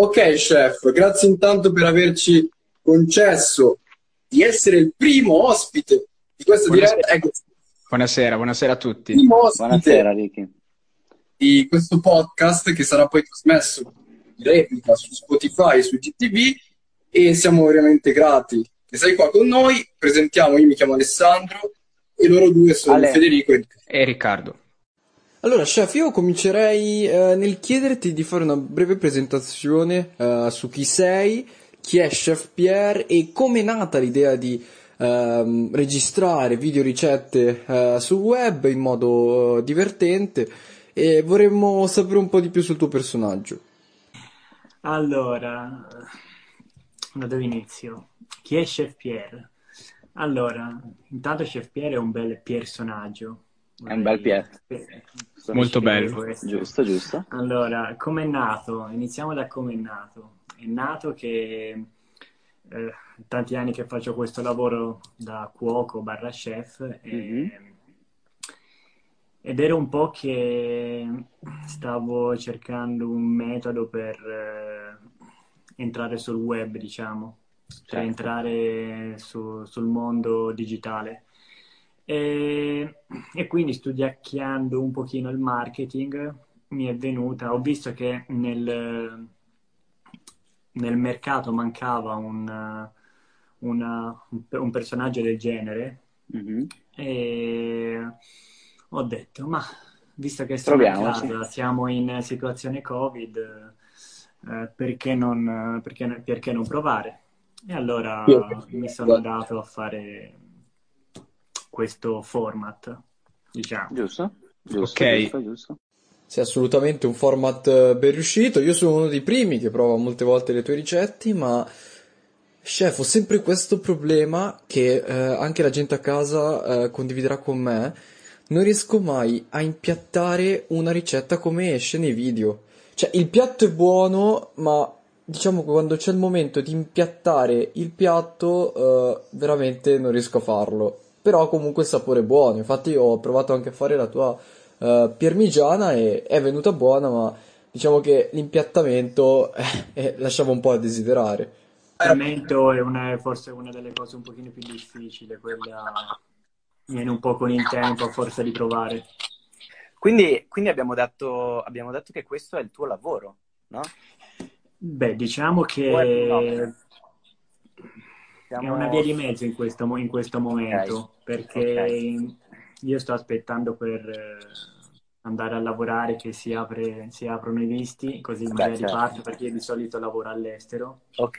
Ok, chef, grazie intanto per averci concesso di essere il primo ospite di questa diretta, Buonasera. ecco, Buonasera a il tutti. primo ospite Buonasera Ricky. di questo podcast che sarà poi trasmesso in replica su Spotify e su GTV e siamo veramente grati che sei qua con noi. Presentiamo, io mi chiamo Alessandro e loro due sono Ale, Federico e E Riccardo. Allora, chef, io comincerei nel chiederti di fare una breve presentazione su chi sei, chi è Chef Pierre e come è nata l'idea di registrare video ricette sul web in modo divertente e vorremmo sapere un po' di più sul tuo personaggio. Allora, da dove inizio? Chi è Chef Pierre? Allora, intanto Chef Pierre è un bel personaggio, è un bel vorrei piatto. Giusto, Molto definire bello. questo. giusto. Giusto. Allora, come è nato? Iniziamo da come è nato. È nato che tanti anni che faccio questo lavoro da cuoco barra chef Mhm. ed era un po' che stavo cercando un metodo per entrare sul web, diciamo, per Certo. entrare sul mondo digitale. E quindi studiacchiando un pochino il marketing mi è venuta, ho visto che nel mercato mancava un personaggio del genere Mhm. e ho detto, ma visto che sono a Proviamoci. casa, siamo in situazione Covid, perché non provare? E io. allora mi sono dato a fare questo format, diciamo. Giusto? Ok. Giusto, giusto, giusto. Sì, assolutamente un format ben riuscito. Io sono uno dei primi che prova molte volte le tue ricette, ma chef, ho sempre questo problema che anche la gente a casa condividerà con me. Non riesco mai a impiattare una ricetta come esce nei video. Cioè, il piatto è buono, ma diciamo che quando c'è il momento di impiattare il piatto, veramente non riesco a farlo. Però comunque il sapore è buono. Infatti ho provato anche a fare la tua parmigiana e è venuta buona, ma diciamo che l'impiattamento lasciava un po' a desiderare. L'amento è forse una delle cose un pochino più difficili, quella viene un po' con il tempo a forza di provare. Quindi abbiamo detto che questo è il tuo lavoro, no? Beh, diciamo O è un che hobby? è una via Siamo... di mezzo in questo Ok, momento, ok, perché io sto aspettando per andare a lavorare che si aprono i visti, così beh, magari certo. parto, perché io di solito lavoro all'estero. Ok,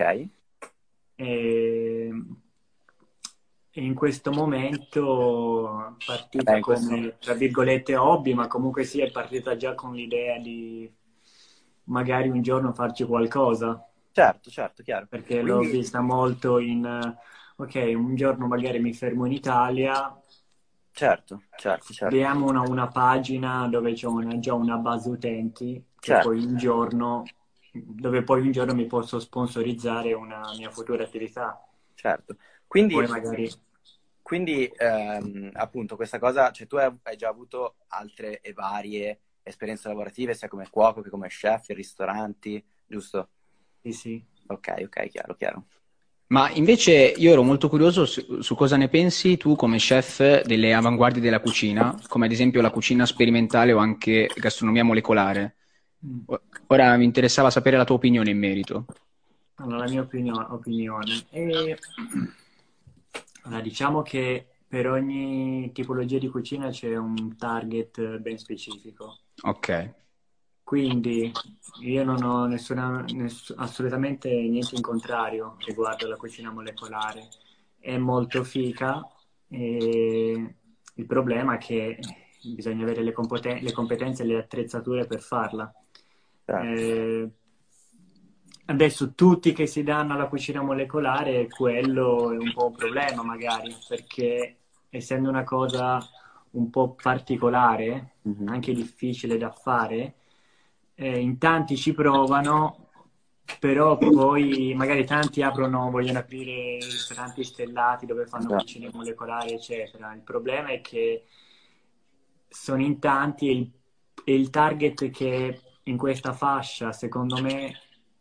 E, e in questo momento beh, partita in questo... come, tra virgolette, hobby, ma comunque sì, è partita già con l'idea di magari un giorno farci qualcosa, Certo, certo, chiaro. perché l'ho Quindi, vista molto ok, un giorno magari mi fermo in Italia, certo, certo, certo, creiamo una pagina dove c'è già una base utenti certo, dove poi un giorno mi posso sponsorizzare una mia futura attività. certo. Poi Quindi... magari Quindi, appunto, questa cosa, cioè tu hai già avuto altre e varie esperienze lavorative, sia come cuoco che come chef in ristoranti, giusto? sì, sì. Ok, ok, chiaro, chiaro. Ma invece io ero molto curioso su cosa ne pensi tu come chef delle avanguardie della cucina, come ad esempio la cucina sperimentale o anche gastronomia molecolare. Mm. Ora mi interessava sapere la tua opinione in merito. Allora, la mia opinione è, allora, diciamo che per ogni tipologia di cucina c'è un target ben specifico. Ok. Quindi io non ho assolutamente niente in contrario riguardo alla cucina molecolare. È molto figa e il problema è che bisogna avere le competenze e le attrezzature per farla. Certo, Eh, Adesso tutti che si danno alla cucina molecolare, quello è un po' un problema magari, perché essendo una cosa un po' particolare, mhm, anche difficile da fare, in tanti ci provano, però poi magari tanti vogliono aprire ristoranti stellati dove fanno esatto, cucine molecolari, eccetera. Il problema è che sono in tanti e il target che in questa fascia, secondo me,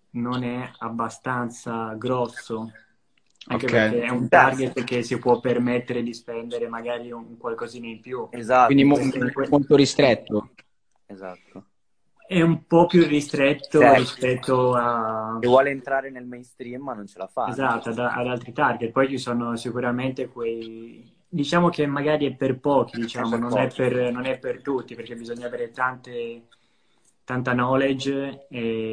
non è abbastanza grosso, anche Ok. perché è un target che si può permettere di spendere magari un qualcosina in più. Esatto, Quindi Quindi molto ristretto. esatto. è un po' più ristretto Cioè, rispetto a, che vuole entrare nel mainstream ma non ce la fa. esatto, ad altri target. Poi ci sono sicuramente quei, diciamo che magari è per pochi, diciamo, per pochi. non è per tutti, perché bisogna avere tanta knowledge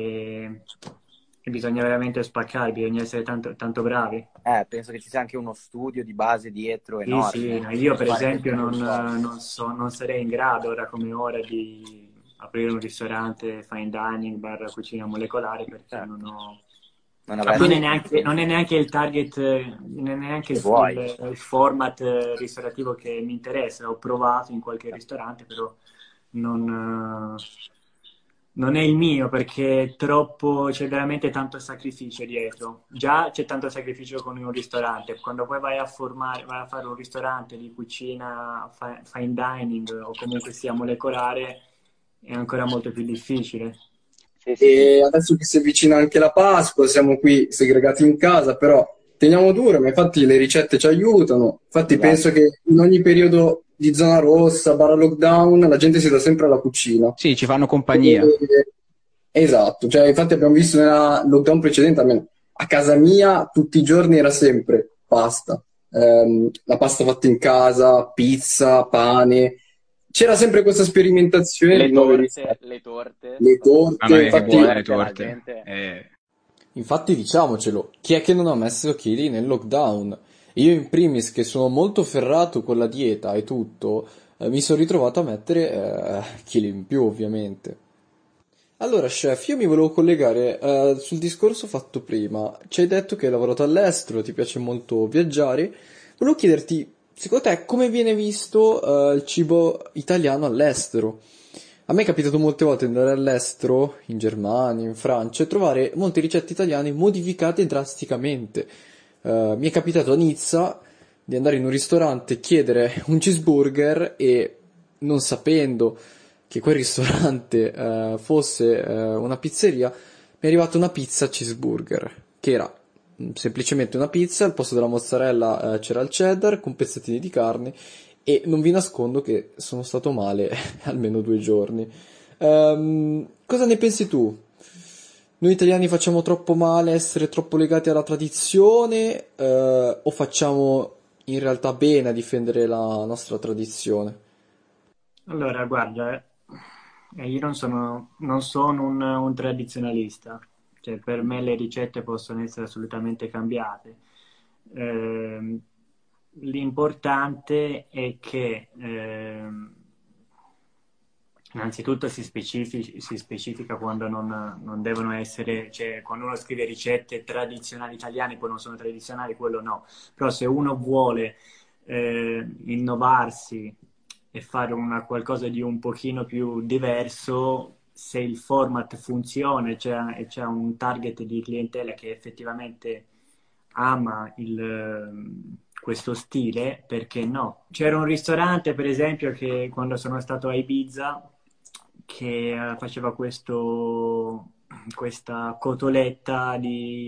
e bisogna veramente spaccare, bisogna essere tanto bravi. Penso che ci sia anche uno studio di base dietro Sì, sì, enorme. no, io per Fare esempio questo tipo di cose. non sarei in grado ora come ora di aprire un ristorante fine dining bar cucina molecolare perché Certo. non ho... Non Ah, avresti quindi Non è neanche il target, non è neanche che vuoi. il format ristorativo che mi interessa. Ho provato in qualche ristorante, però non, non è il mio perché è troppo, c'è veramente tanto sacrificio dietro. Già c'è tanto sacrificio con un ristorante. Quando poi vai a fare un ristorante di cucina fine dining o comunque sia molecolare, è ancora molto più difficile. e adesso che si avvicina anche la Pasqua, siamo qui segregati in casa, però teniamo duro, ma infatti le ricette ci aiutano. Infatti Esatto. penso che in ogni periodo di zona rossa, barra lockdown, la gente si dà sempre alla cucina. Sì, ci fanno compagnia. Esatto, cioè infatti abbiamo visto nella lockdown precedente, almeno a casa mia tutti i giorni era sempre pasta. La pasta fatta in casa, pizza, pane. C'era sempre questa sperimentazione di nuove ricette. Le torte. Le torte, Mamma mia, che buone le infatti, La torte. gente... Infatti diciamocelo, chi è che non ha messo chili nel lockdown? Io in primis che sono molto ferrato con la dieta e tutto, mi sono ritrovato a mettere chili in più ovviamente. Allora, chef, io mi volevo collegare sul discorso fatto prima. Ci hai detto che hai lavorato all'estero, ti piace molto viaggiare. Volevo chiederti, secondo te, come viene visto il cibo italiano all'estero? A me è capitato molte volte di andare all'estero, in Germania, in Francia, e trovare molte ricette italiane modificate drasticamente. Mi è capitato a Nizza di andare in un ristorante, chiedere un cheeseburger e non sapendo che quel ristorante fosse una pizzeria, mi è arrivata una pizza cheeseburger, che era semplicemente una pizza, al posto della mozzarella c'era il cheddar con pezzettini di carne e non vi nascondo che sono stato male almeno 2 giorni. Cosa ne pensi tu? Noi italiani facciamo troppo male essere troppo legati alla tradizione o facciamo in realtà bene a difendere la nostra tradizione? Allora, guarda, io non sono un tradizionalista, cioè per me le ricette possono essere assolutamente cambiate. Ehm, L'importante è che innanzitutto si specifica quando non devono essere, cioè quando uno scrive ricette tradizionali italiane, poi non sono tradizionali, quello no. Però se uno vuole innovarsi e fare qualcosa di un pochino più diverso, se il format funziona e c'è un target di clientela che effettivamente ama questo stile, perché no? C'era un ristorante, per esempio, che quando sono stato a Ibiza, che faceva questa cotoletta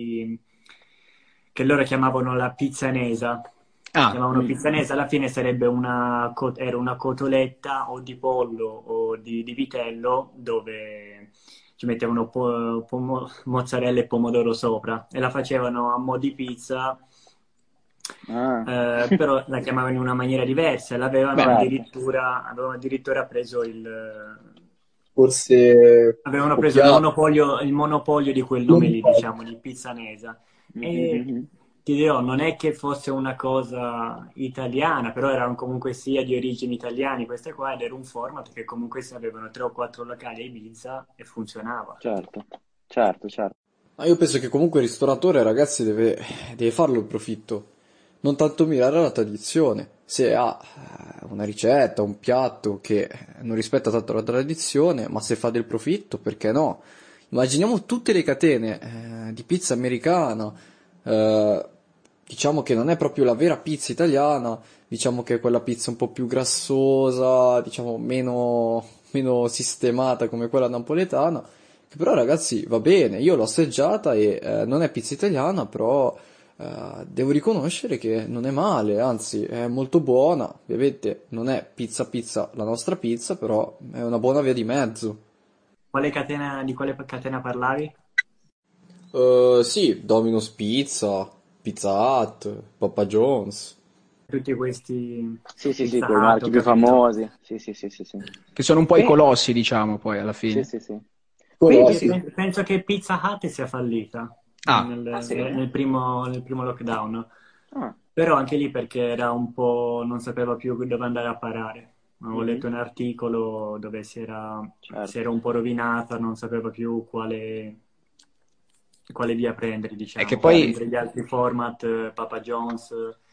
che loro chiamavano la pizzanesa. Ah, Chiamavano pizzanesa, alla fine sarebbe era una cotoletta o di pollo o di vitello dove ci mettevano mozzarella e pomodoro sopra e la facevano a mo' di pizza, però la chiamavano in una maniera diversa. beh, Avevano addirittura preso forse avevano preso copiato. il monopolio di quel nome lì, diciamo, di pizzanesa. E ti dirò, non è che fosse una cosa italiana, però erano comunque sia di origini italiane queste qua, ed era un format che comunque se avevano 3 o 4 locali a Ibiza e funzionava. Certo, certo, certo. Ma io penso che comunque il ristoratore, ragazzi, deve farlo il profitto, non tanto mirare alla tradizione. Se ha una ricetta, un piatto che non rispetta tanto la tradizione, ma se fa del profitto, perché no? Immaginiamo tutte le catene di pizza americana, eh, diciamo che non è proprio la vera pizza italiana, diciamo che è quella pizza un po' più grassosa, diciamo meno sistemata come quella napoletana, che però ragazzi va bene, io l'ho assaggiata e non è pizza italiana, però devo riconoscere che non è male, anzi è molto buona, ovviamente non è pizza la nostra pizza, però è una buona via di mezzo. Di quale catena parlavi? Sì, Domino's Pizza, Pizza Hut, Papa John's. Tutti questi Sì, sì, sì, Pizza quei Hut, marchi ho più capito. famosi. Sì, sì, sì, sì, sì. Che sono un po' i Quindi, colossi, diciamo, poi alla sì, fine. sì, sì. Io Colossi. Quindi, penso che Pizza Hut sia fallita Ah, ah sì? nel primo lockdown, Ah, però anche lì perché era un po', non sapeva più dove andare a parare. Avevo mhm, letto un articolo dove si era certo. un po' rovinata, non sapeva più quale via prendere, è che diciamo, poi mentre gli altri format, Papa John's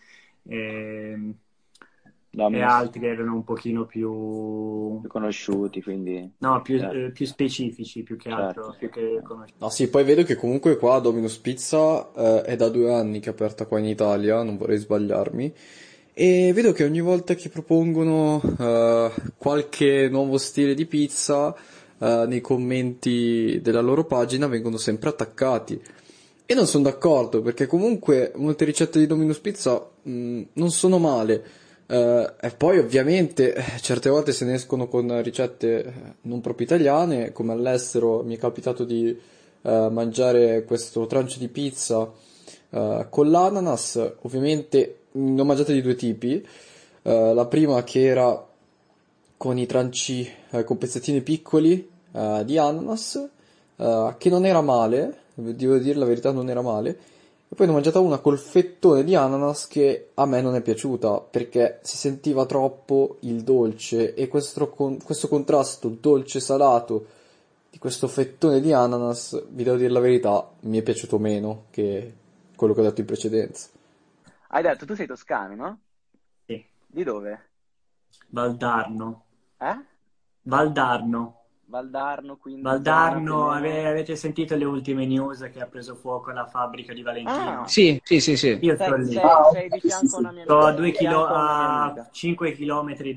e, e Dominus altri erano un pochino più, più conosciuti, quindi no, certo, più specifici più che certo. altro, più che conosciuti. Ah sì, poi vedo che comunque qua Domino's Pizza è da 2 anni che è aperta qua in Italia, non vorrei sbagliarmi, e vedo che ogni volta che propongono qualche nuovo stile di pizza, nei commenti della loro pagina vengono sempre attaccati. E non sono d'accordo, perché comunque molte ricette di Domino's Pizza non sono male. E poi ovviamente certe volte se ne escono con ricette non proprio italiane, come all'estero mi è capitato di mangiare questo trancio di pizza con l'ananas. Ovviamente ne ho mangiate di due tipi. La prima che era con i tranci con pezzettini piccoli di ananas, che non era male, devo dire la verità, non era male. E poi ne ho mangiata una col fettone di ananas che a me non è piaciuta perché si sentiva troppo il dolce e questo contrasto dolce-salato di questo fettone di ananas, vi devo dire la verità, mi è piaciuto meno che quello che ho detto in precedenza. Hai detto, tu sei toscano, no? Sì. Di dove? Valdarno. Eh? Valdarno. Valdarno, quindi zona più o Valdarno, meno... avete sentito le ultime news che ha preso fuoco la fabbrica di Ah, Valentino? sì, sì, sì, sì. Io sto sei, lì, sei, Ah, sei di ok, sì, fianco a una sì. mia sto amica, a sei di fianco a una mia a amica. 5 chilometri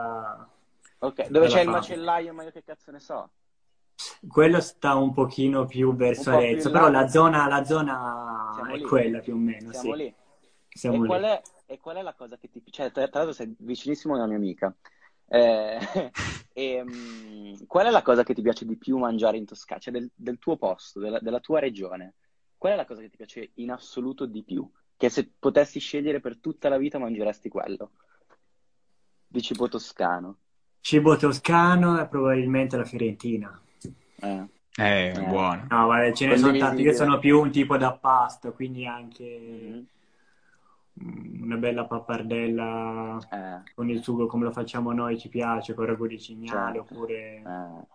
Ok, dove c'è dalla il fabbrica. macellaio, ma io che cazzo ne so? Quello sta un pochino più Un verso po' più Arezzo, in però là? la zona Siamo è lì, quella più o meno, siamo sì. lì. E Siamo lì. e qual è la cosa che ti... Cioè, tra l'altro sei vicinissimo a una mia amica. Eh, qual è la cosa che ti piace di più mangiare in Toscana? Cioè, del tuo posto, della tua regione. Qual è la cosa che ti piace in assoluto di più? Che se potessi scegliere per tutta la vita mangeresti quello? Di cibo toscano. Cibo toscano e probabilmente la Fiorentina. Eh, eh. Buono. No, guarda, ce ne sono tanti. Io Condivisibile. sono più un tipo da pasta, quindi anche Mhm. una bella pappardella Eh, con il sugo come lo facciamo noi ci piace, con il ragù di cignale, certo. oppure Eh.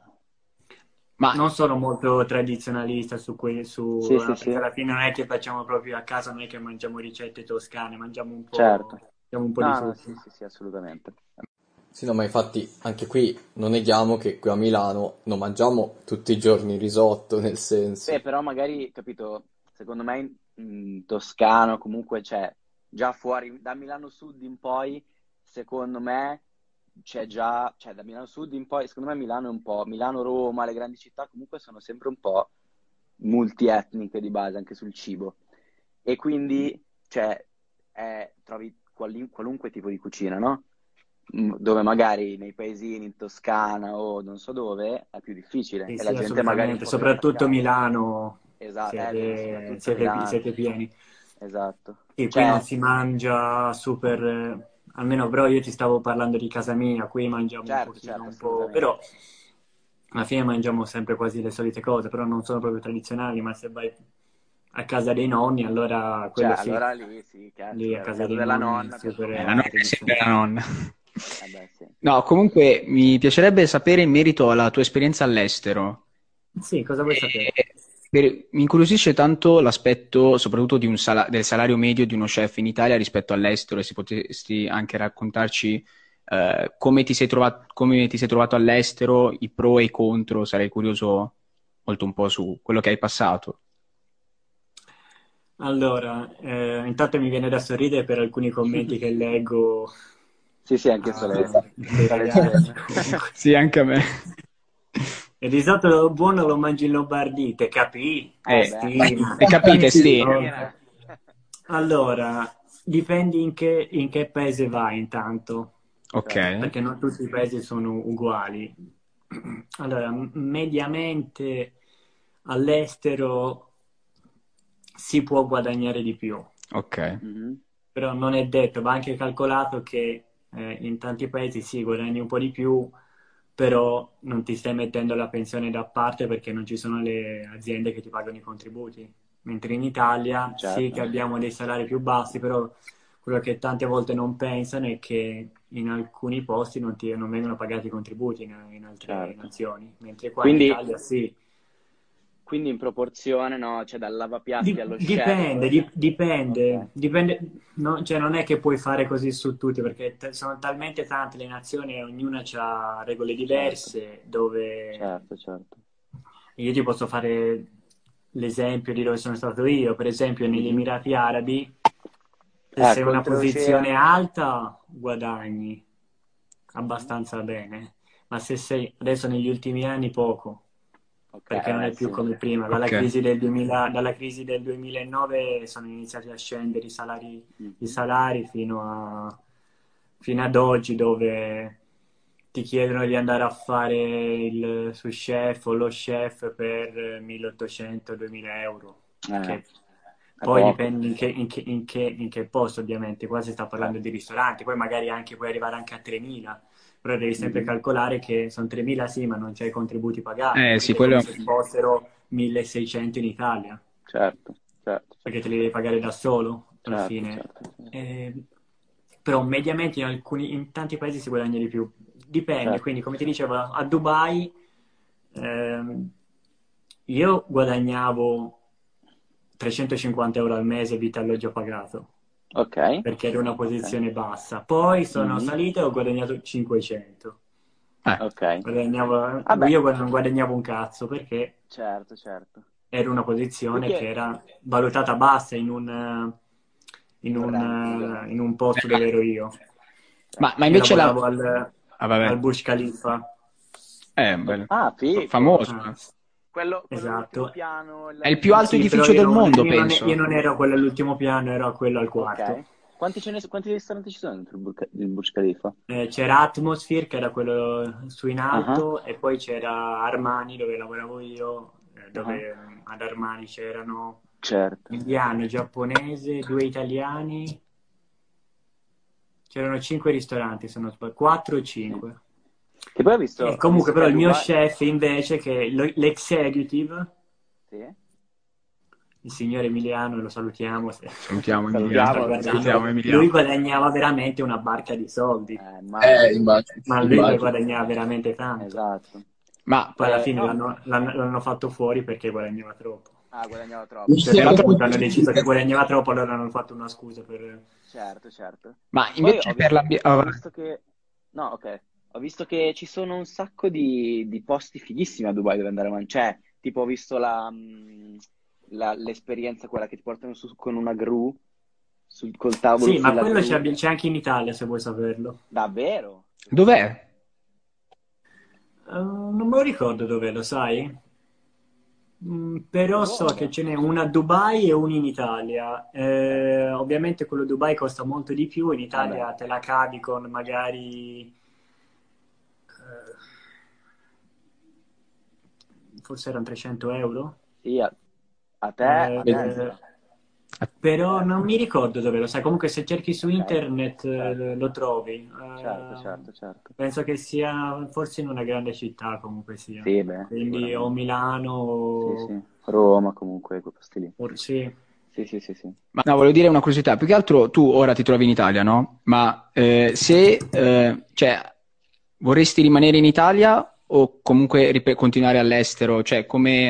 Ma non sono molto tradizionalista Sì, sì, perché sì, alla fine non è che facciamo proprio a casa, non è che mangiamo ricette toscane, certo. mangiamo un po' di No, no, tutto. sì, sì, sì, assolutamente. Sì, no, ma infatti anche qui non neghiamo che qui a Milano non mangiamo tutti i giorni risotto, nel senso. Beh, però magari, capito, secondo me in Toscano comunque c'è già fuori, da Milano Sud in poi, secondo me c'è già, cioè da Milano Sud in poi, secondo me Milano è un po', Milano, Roma, le grandi città comunque sono sempre un po' multietniche di base anche sul cibo. E quindi, cioè, trovi qualunque tipo di cucina, no? Dove magari nei paesini in Toscana o non so dove è più difficile Sì, e la sì, gente magari è un assolutamente, po' più soprattutto attaccata. Milano Esatto, vedi, soprattutto Milano. siete pieni. Esatto. E qui non Cioè, si mangia super, almeno però io ti stavo parlando di casa mia, qui mangiamo un certo, pochino certo, un po', però assolutamente. alla fine mangiamo sempre quasi le solite cose, però non sono proprio tradizionali, ma se vai a casa dei nonni, allora Cioè, quello sì, allora lì sì, cazzo, lì a vai a casa casa dei della nonni nonna, super la nonna è sempre tradizionale. la nonna. eh beh sì. No, comunque mi piacerebbe sapere in merito alla tua esperienza all'estero. Sì, cosa vuoi sapere? Mi incuriosisce tanto l'aspetto, soprattutto del salario medio di uno chef in Italia rispetto all'estero, e se potessi anche raccontarci come ti sei trovato all'estero, i pro e i contro, sarei curioso molto un po' su quello che hai passato. Allora, intanto mi viene da sorridere per alcuni commenti che leggo Sì, sì, anche io dei sto ragazzi leggendo. comunque. Sì, anche a me. Il risotto buono lo mangi in Lombardia, te capì? Stima. Hai capite, Sti? Allora, dipende in che paese vai intanto, Ok. perché non tutti i paesi sono uguali. Allora, mediamente all'estero si può guadagnare di più, Ok. Mhm. però non è detto, va anche calcolato che in tanti paesi sì, guadagni un po' di più, però non ti stai mettendo la pensione da parte perché non ci sono le aziende che ti pagano i contributi. Mentre in Italia sì Certo. che abbiamo dei salari più bassi, però quello che tante volte non pensano è che in alcuni posti non vengono pagati i contributi in altre Certo. nazioni, mentre qua in Quindi, Italia sì. quindi in proporzione, no? Cioè dal lavapiatti allo chef. Dipende, Ok, no, cioè non è che puoi fare così su tutti perché sono talmente tante le nazioni e ognuna ha regole certo, diverse dove certo, certo. io ti posso fare l'esempio di dove sono stato io, per esempio negli Mhm. Emirati Arabi, se sei in una posizione Oltreoceano. alta guadagni abbastanza bene, ma se sei adesso negli ultimi anni poco, Ok, perché non è più sì. come prima. Ok. Dalla crisi del 2009 sono iniziati a scendere i Mhm. salari fino ad oggi, dove ti chiedono di andare a fare il sous chef o lo chef per 1800-2000 euro, che È poi poco. dipende in che posto, ovviamente. Qua si sta parlando Certo. di ristoranti, poi magari puoi arrivare anche a 3000, però devi sempre Mhm. calcolare che sono 3000 sì, ma non c'è i contributi pagati, Sì, capito? È come quello... se fossero 1600 in Italia, Certo, certo, perché certo, te li devi pagare da solo alla certo, fine. certo, certo. Eh, Però mediamente in tanti paesi si guadagna di più. Dipende, Certo. quindi come ti dicevo, a Dubai io guadagnavo 350 euro al mese vitto alloggio pagato, Ok, perché era una ok. posizione bassa. Poi sono Mhm. salito e ho guadagnato 500. Ok. Vabbè, Io non guadagnavo un cazzo perché certo, certo. era una Più posizione che che era valutata bassa in un ranking, no? in un posto dove ero io. Ma Io invece la... lavoravo Ah, al vabbè. Burj Khalifa. Bello. Ah, figo. Famoso. Ah, Quello all'ultimo esatto. piano, È il più alto Sì, però edificio del mondo, io penso. non ero quello all'ultimo piano, ero quello al quarto. ok. Quanti ristoranti ci sono dentro il Burj Khalifa? C'era Atmosphere, che era quello su in Ah, alto, e poi c'era Armani, dove lavoravo io, ah, dove ad Armani c'erano certo. indiano, giapponese, 2 italiani, c'erano 5 ristoranti, se non sbaglio, 4 o Sì. 5. Che poi E ho comunque visto che però a il mio Dubai... chef invece, che è l'executive, Sì? il signor Emiliano, lo salutiamo Salutiamo se mi sta Salutiamolo, guardando, Salutiamo salutiamolo. lui Emiliano. guadagnava veramente una barca di soldi, Immagino. Immagino, ma lui immagino. guadagnava veramente tanto. Esatto. Ma Poi alla fine No, l'hanno fatto fuori perché guadagnava troppo. guadagnava Non troppo, ci A un sì, era certo sono troppo... punto hanno tutti... deciso che guadagnava troppo, allora hanno fatto una scusa per... certo, certo. Ma Poi invece per l'ambiente... ho visto che... No, ok. Ho visto che ci sono un sacco di posti fighissimi a Dubai dove andare a mangiare. Cioè, tipo ho visto l'esperienza, quella che ti portano su con una gru, col tavolo Sì, ma sulla quello gru. c'è anche in Italia, se vuoi saperlo. Davvero? Dov'è? Non me lo ricordo dove, lo sai? Però so che Boh. ce n'è una a Dubai e una in Italia. Ok. Ovviamente quello a Dubai costa molto di più, in Vabbè, Italia te la cavi con magari forse erano 300 euro. sì, a Eh, testa. Però non mi ricordo dove lo sai. Comunque, se cerchi su Ok, internet certo, lo trovi. certo, certo, certo. Penso che sia forse in una grande città, comunque sia. Sì, beh, Quindi o sicuramente. Milano Sì, sì. Roma comunque, quei posti lì. sì. Sì, sì, sì, sì. Ma no, volevo dire una curiosità. Più che altro tu ora ti trovi in Italia, no? Ma cioè, vorresti rimanere in Italia o comunque continuare all'estero? Cioè,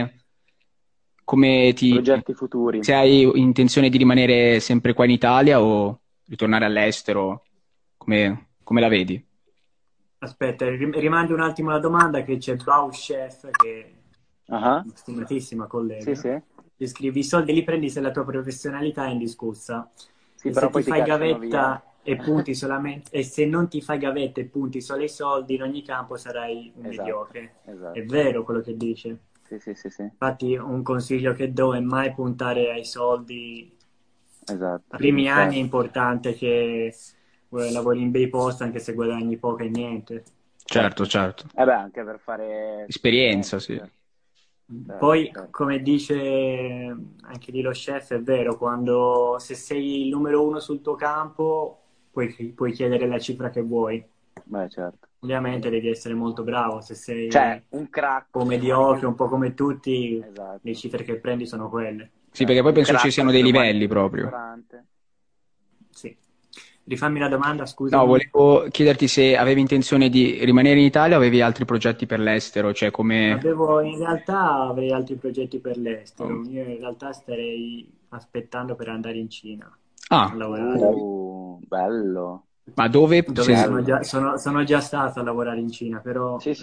come ti... Progetti futuri. Se hai intenzione di rimanere sempre qua in Italia o ritornare all'estero, come la vedi? Aspetta, rimandi un attimo la domanda che c'è Bau Chef, che è Ah, una stimatissima sì, collega. sì. Ti scrivi: i soldi li prendi se la tua professionalità è indiscussa. Sì, E se però ti poi ti fai cacciano via. gavetta e punti solamente, e se non ti fai gavetta e punti solo i soldi in ogni campo sarai un mediocre. Esatto. È vero quello che dice. Sì. Infatti un consiglio che do è mai puntare ai soldi. Esatto. I primi anni è importante che lavori in bei posti anche se guadagni poco e niente. Certo. Anche per fare Esperienza, sì. Poi, come dice anche lì lo chef, è vero, se sei il numero uno sul tuo campo, puoi chiedere la cifra che vuoi. Beh, certo. Ovviamente devi essere molto bravo, se sei un crack un po' mediocre, un po' come tutti, esatto. le cifre che prendi sono quelle. Sì, perché poi penso ci siano dei livelli proprio. Sì. Rifammi la domanda, scusa. No, volevo chiederti se avevi intenzione di rimanere in Italia o avevi altri progetti per l'estero, cioè come... In realtà avrei altri progetti per l'estero. Io in realtà starei aspettando per andare in Cina a lavorare. Bello. Ma dove? Sono già stato a lavorare in Cina, però Sì.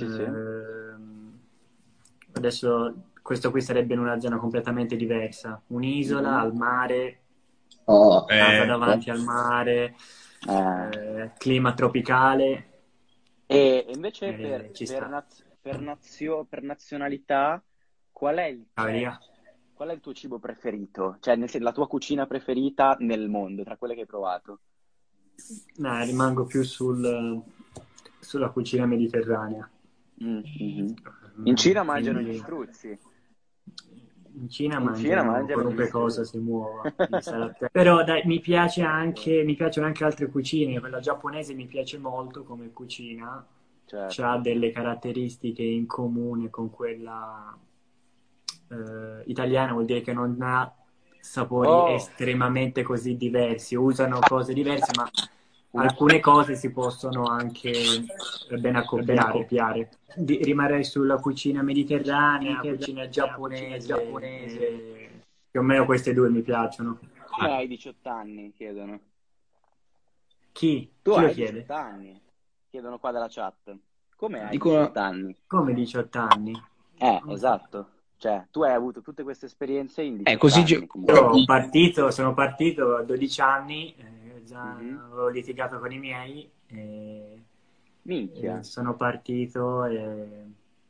adesso questo qui sarebbe in una zona completamente diversa. Un'isola al mare, casa davanti al mare, clima tropicale. E invece per nazionalità, qual è il tuo cibo preferito? Cioè, la tua cucina preferita nel mondo, tra quelle che hai provato? No, rimango più sulla cucina mediterranea. In Cina mangiano gli struzzi. In Cina mangiano qualunque cosa si muova. Però dai, mi piacciono anche altre cucine. Quella giapponese mi piace molto come cucina. Certo. Ha delle caratteristiche in comune con quella italiana, vuol dire che non ha sapori estremamente così diversi. Usano cose diverse, ma alcune cose si possono anche ben accoppiare. Rimarrei sulla cucina mediterranea, cucina giapponese. Più o meno queste due mi piacciono. Come hai 18 anni, chiedono. Chi? Tu Chi hai lo chiede? 18 anni, chiedono qua dalla chat. Come hai 18 anni? Come 18 anni? Esatto. Cioè, tu hai avuto tutte queste esperienze in 18 così anni. Sono partito a 12 anni, già avevo litigato con i miei. Minchia. Sono partito e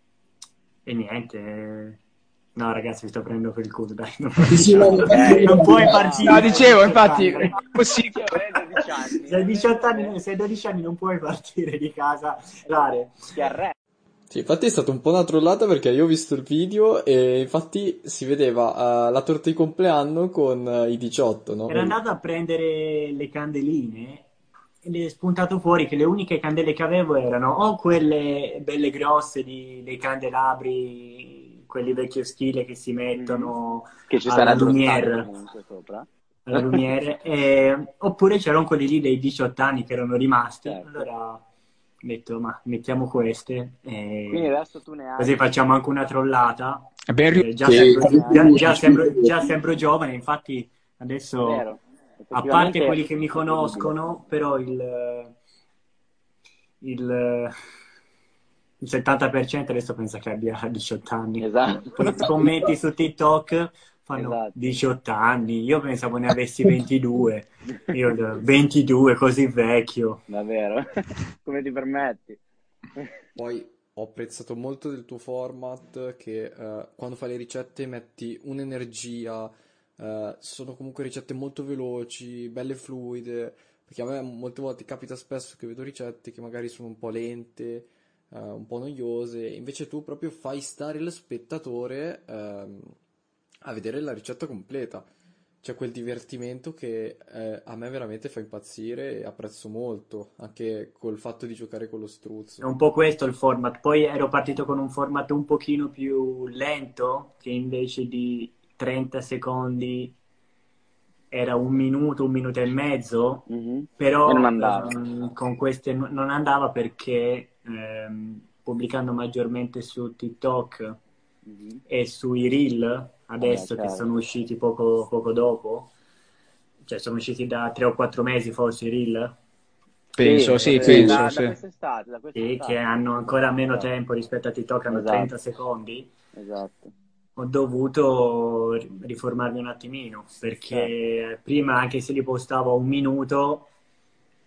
niente. No, ragazzi, sto prendendo per il culo, dai. Non puoi partire. No, dicevo, infatti, è possibile. Se hai 18 anni, se hai 12 anni non puoi partire di casa. Sì, infatti è stata un po' una trollata perché io ho visto il video e infatti si vedeva la torta di compleanno con i 18, no? Era andato a prendere le candeline ed è spuntato fuori che le uniche candele che avevo erano o quelle belle grosse dei candelabri, quelli vecchio stile che si mettono che ci alla sarebbero lumiere, comunque sopra. alla lumiere, oppure c'erano quelli lì dei 18 anni che erano rimasti. Certo. Allora ho detto, ma mettiamo queste. Quindi adesso tu ne hai... Così facciamo anche una trollata. Già sembro giovane, infatti adesso, a parte quelli che mi conoscono, però il 70% adesso pensa che abbia 18 anni. Esatto. Poi scommetti su TikTok, fanno 18 anni, io pensavo ne avessi 22. Io 22, così vecchio. Davvero? Come ti permetti? Poi ho apprezzato molto del tuo format che quando fai le ricette metti un'energia, sono comunque ricette molto veloci, belle fluide, perché a me molte volte capita spesso che vedo ricette che magari sono un po' lente, un po' noiose, invece tu proprio fai stare lo spettatore a vedere la ricetta completa. C'è quel divertimento che a me veramente fa impazzire e apprezzo molto, anche col fatto di giocare con lo struzzo. È un po' questo il format. Poi ero partito con un format un pochino più lento, che invece di 30 secondi era un minuto e mezzo, però non andava. con queste non andava perché pubblicando maggiormente su TikTok e sui Reel, adesso che sono usciti poco dopo, cioè sono usciti da 3 o 4 mesi forse i Reel. Penso. Da quest'estate. Che hanno ancora meno tempo rispetto a TikTok, hanno 30 secondi. Esatto. Ho dovuto riformarmi un attimino, perché prima, anche se li postavo a un minuto,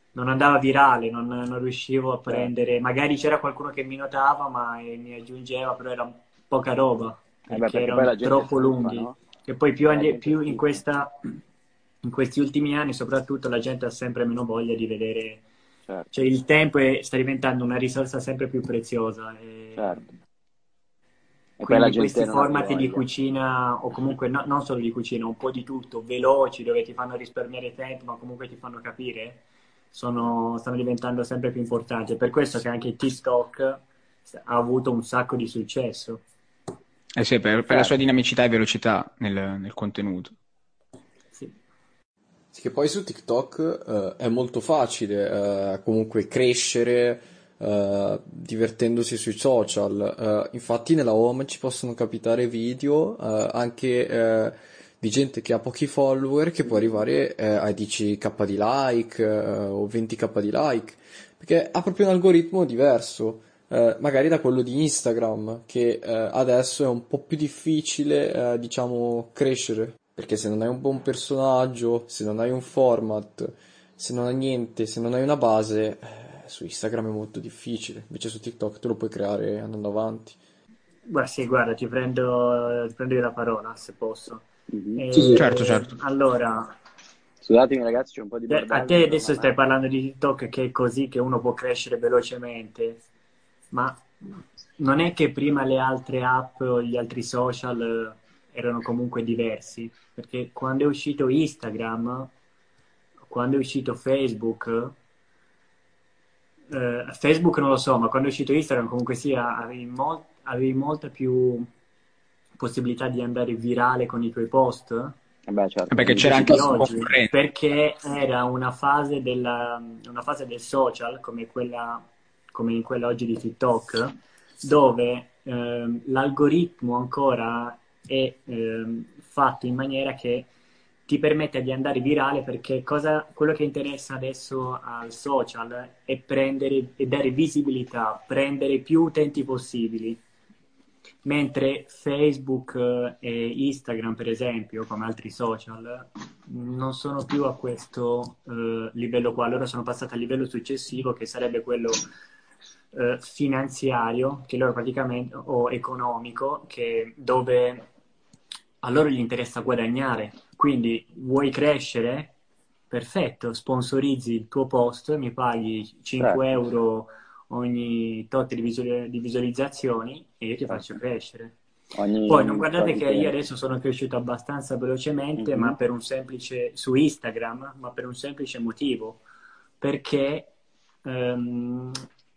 non andava virale, non riuscivo a Cioè, prendere, magari c'era qualcuno che mi notava, ma mi aggiungeva, però era poca roba, beh, perché perché poi erano la gente troppo stufa, lunghi. no? E poi La gente più stufa, in questi ultimi anni, soprattutto, la gente ha sempre meno voglia di vedere, cioè certo, il tempo sta diventando una risorsa sempre più preziosa. E certo. E poi la quindi gente questi non ha più format di voglia. cucina, o comunque non solo di cucina, un po' di tutto, veloci, dove ti fanno risparmiare tempo, ma comunque ti fanno capire, stanno diventando sempre più importanti. È per questo che anche TikTok ha avuto un sacco di successo. Eh sì, per la sua Certo, dinamicità e velocità nel contenuto. Sì. Sì, che poi su TikTok è molto facile comunque crescere divertendosi sui social. Infatti nella home ci possono capitare video anche di gente che ha pochi follower che può arrivare ai 10k di like o 20k di like, perché ha proprio un algoritmo diverso. Magari da quello di Instagram, che adesso è un po' più difficile, diciamo, crescere, perché se non hai un buon personaggio, se non hai un format, se non hai niente, se non hai una base, su Instagram è molto difficile, invece su TikTok te lo puoi creare andando avanti. Guarda, sì, guarda, ti prendo io la parola, se posso. mhm. Sì, sì. Certo, certo. Allora, Scusatemi ragazzi, c'è un po' di a bordello te intorno a adesso me. stai parlando di TikTok che è così che uno può crescere velocemente, ma non è che prima le altre app o gli altri social erano comunque diversi, perché quando è uscito Instagram, quando è uscito Facebook, Facebook non lo so, ma quando è uscito Instagram comunque sia, avevi molta più possibilità di andare virale con i tuoi post Beh, certo, Perché c'era ogni... anche di la oggi, concorrenza. perché era una fase del social come in quella oggi di TikTok, dove l'algoritmo ancora è fatto in maniera che ti permette di andare virale, perché quello che interessa adesso al social è prendere e dare visibilità, prendere più utenti possibili. Mentre Facebook e Instagram, per esempio, come altri social, non sono più a questo livello qua. Loro sono passati al livello successivo, che sarebbe quello finanziario, che loro praticamente, o economico, dove a loro gli interessa guadagnare. Quindi vuoi crescere? Perfetto, sponsorizzi il tuo post, mi paghi 5 Certo, euro ogni tot di visualizzazioni e io ti faccio certo. crescere. Poi non Ogni guardate tot di che io tempo. adesso sono cresciuto abbastanza velocemente, ma Mhm. per un semplice, su Instagram, ma per un semplice motivo, perché ehm,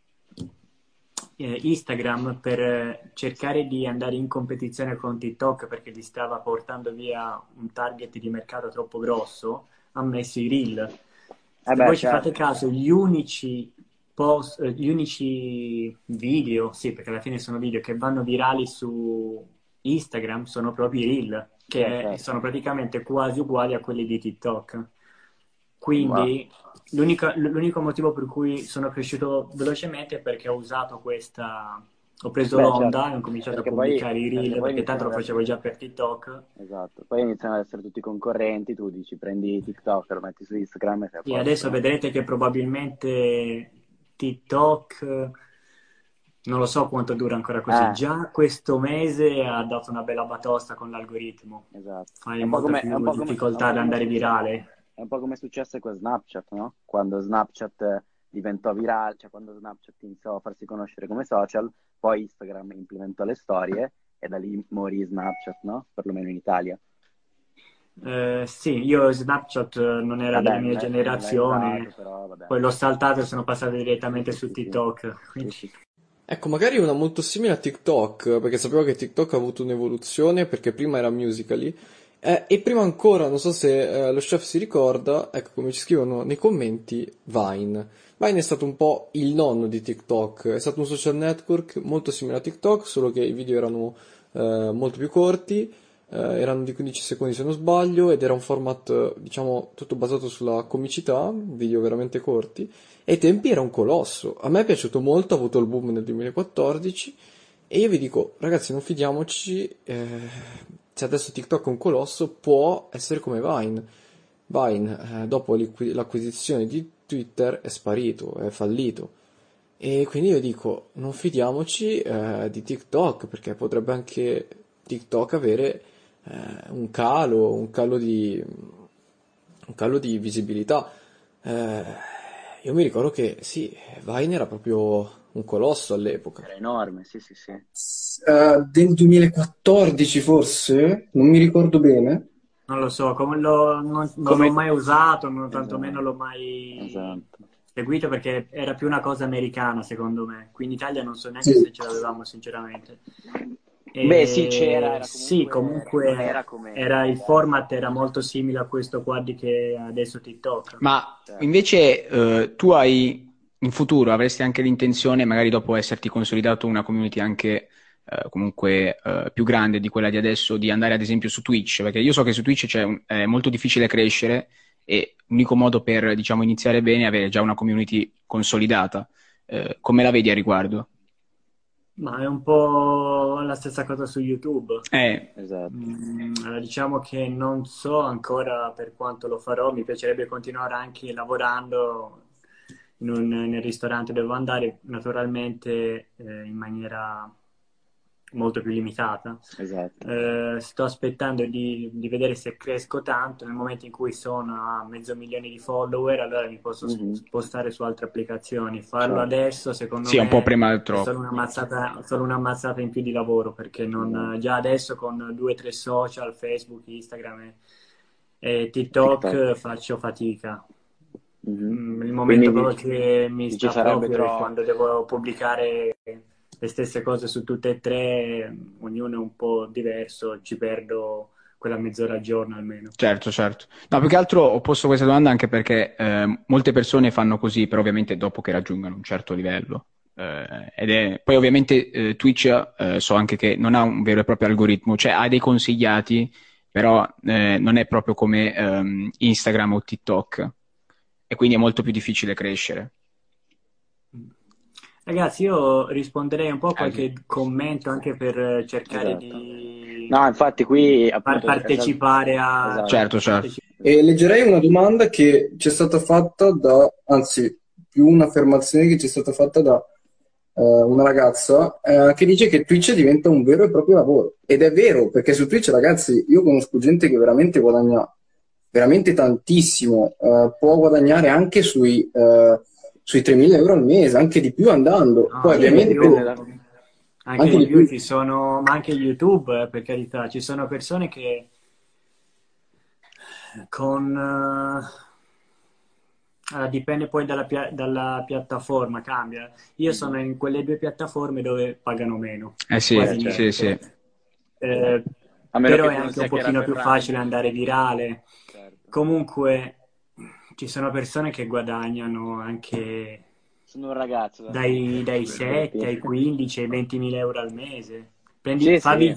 Instagram, per cercare di andare in competizione con TikTok perché gli stava portando via un target di mercato troppo grosso, ha messo i reel. Eh Se beh, voi ci fate certo, caso, gli unici video, sì, perché alla fine sono video che vanno virali su Instagram, sono proprio i reel, beh, che certo. sono praticamente quasi uguali a quelli di TikTok. Ma Quindi l'unico motivo per cui sono cresciuto velocemente è perché ho usato ho preso beh, certo, l'onda e ho cominciato a perché pubblicare i reel, poi perché tanto iniziano lo ad facevo essere, già per TikTok. esatto, poi iniziano ad essere tutti concorrenti, tu dici prendi TikTok, lo metti su Instagram e sei a E posto, adesso no? vedrete che probabilmente TikTok, non lo so quanto dura ancora così, Eh, già questo mese ha dato una bella batosta con l'algoritmo, esatto. fai molta È un più po' è un difficoltà po' ad come andare successe, virale. è un po' come successe con Snapchat, no? Quando Snapchat diventò virale, cioè quando Snapchat iniziò a farsi conoscere come social, poi Instagram implementò le storie e da lì morì Snapchat, no? Perlomeno in Italia. Sì, io Snapchat non era della Vabbè, mia non l'hai usato, generazione, però vabbè. poi l'ho saltato e sono passato Sì, direttamente sì, su sì, sì. TikTok. Sì, Quindi, sì, sì. Ecco, magari una molto simile a TikTok, perché sapevo che TikTok ha avuto un'evoluzione, perché prima era Musical.ly, e prima ancora, non so se lo chef si ricorda, ecco come ci scrivono nei commenti, Vine. Vine è stato un po' il nonno di TikTok, è stato un social network molto simile a TikTok, solo che i video erano molto più corti, erano di 15 secondi se non sbaglio, ed era un format, diciamo, tutto basato sulla comicità, video veramente corti, e ai tempi era un colosso. A me è piaciuto molto, ha avuto il boom nel 2014, e io vi dico, ragazzi, non fidiamoci, se adesso TikTok è un colosso, può essere come Vine. Vine, dopo l'acquisizione di Twitter è sparito, è fallito. E quindi io dico, non fidiamoci di TikTok, perché potrebbe anche TikTok avere un calo di visibilità. Io mi ricordo che sì, Vine era proprio un colosso all'epoca. Era enorme, sì, sì, sì. Del 2014 forse, non mi ricordo bene. Non lo so, non l'ho Come... mai usato, tantomeno Esatto, l'ho mai esatto. seguito perché era più una cosa americana, secondo me. Qui in Italia non so neanche Sì. se ce l'avevamo, sinceramente. Beh, sì, c'era, era Sì, comunque... Non comunque era come il adesso. format era molto simile a questo qua di che adesso TikTok. Ma Certo. invece tu hai in futuro avresti anche l'intenzione, magari dopo esserti consolidato una community anche comunque più grande di quella di adesso, di andare ad esempio su Twitch, perché io so che su Twitch è molto difficile crescere e l'unico modo per, diciamo, iniziare bene è avere già una community consolidata. Come la vedi a riguardo? Ma è un po' la stessa cosa su YouTube. Esatto. Diciamo che non so ancora per quanto lo farò, mi piacerebbe continuare anche lavorando nel ristorante dove andare, naturalmente in maniera molto più limitata. Esatto. Sto aspettando di vedere se cresco tanto. Nel momento in cui sono a 500.000 di follower, allora mi posso Mhm. spostare su altre applicazioni. Farlo Certo. adesso, secondo Sì, è un po' me, prima del è troppo. solo un'ammazzata in più di lavoro, perché Esatto. già adesso con 2 o 3 social, Facebook, Instagram e TikTok, TikTok. faccio fatica. Mhm. Il Quindi momento proprio che mi dici sta sarebbe proprio è troppo. quando devo pubblicare le stesse cose su tutte e tre, ognuno è un po' diverso, ci perdo quella mezz'ora al giorno almeno. Certo, certo. No, più che altro ho posto questa domanda anche perché molte persone fanno così, però ovviamente dopo che raggiungono un certo livello. Poi ovviamente Twitch so anche che non ha un vero e proprio algoritmo, cioè ha dei consigliati, però non è proprio come Instagram o TikTok e quindi è molto più difficile crescere. Ragazzi, io risponderei un po' a Sì. qualche commento anche per cercare Esatto. di No, infatti qui far appunto partecipare a... esatto. Certo, certo. E leggerei una domanda che ci è stata fatta anzi, più un'affermazione che ci è stata fatta da una ragazza che dice che Twitch diventa un vero e proprio lavoro. Ed è vero, perché su Twitch, ragazzi, io conosco gente che veramente guadagna veramente tantissimo, può guadagnare anche sui 3.000 euro al mese, anche di più andando. No, Poi anche di più, Dipende ovviamente da... anche anche di di più più. ci sono, ma anche YouTube, per carità, ci sono persone che con... allora, dipende poi dalla piattaforma, cambia. Io sono Mhm. in quelle 2 piattaforme dove pagano meno, Sì, quasi Certo. sì, sì. niente. Eh, A meno Però che è tu non anche un sia pochino Chiara più Ferragni. facile andare virale. Certo. Comunque, ci sono persone che guadagnano anche Sono un ragazzo dai veramente. 7 ai 15 ai 20.000 euro al mese. Prendi Sì, sì.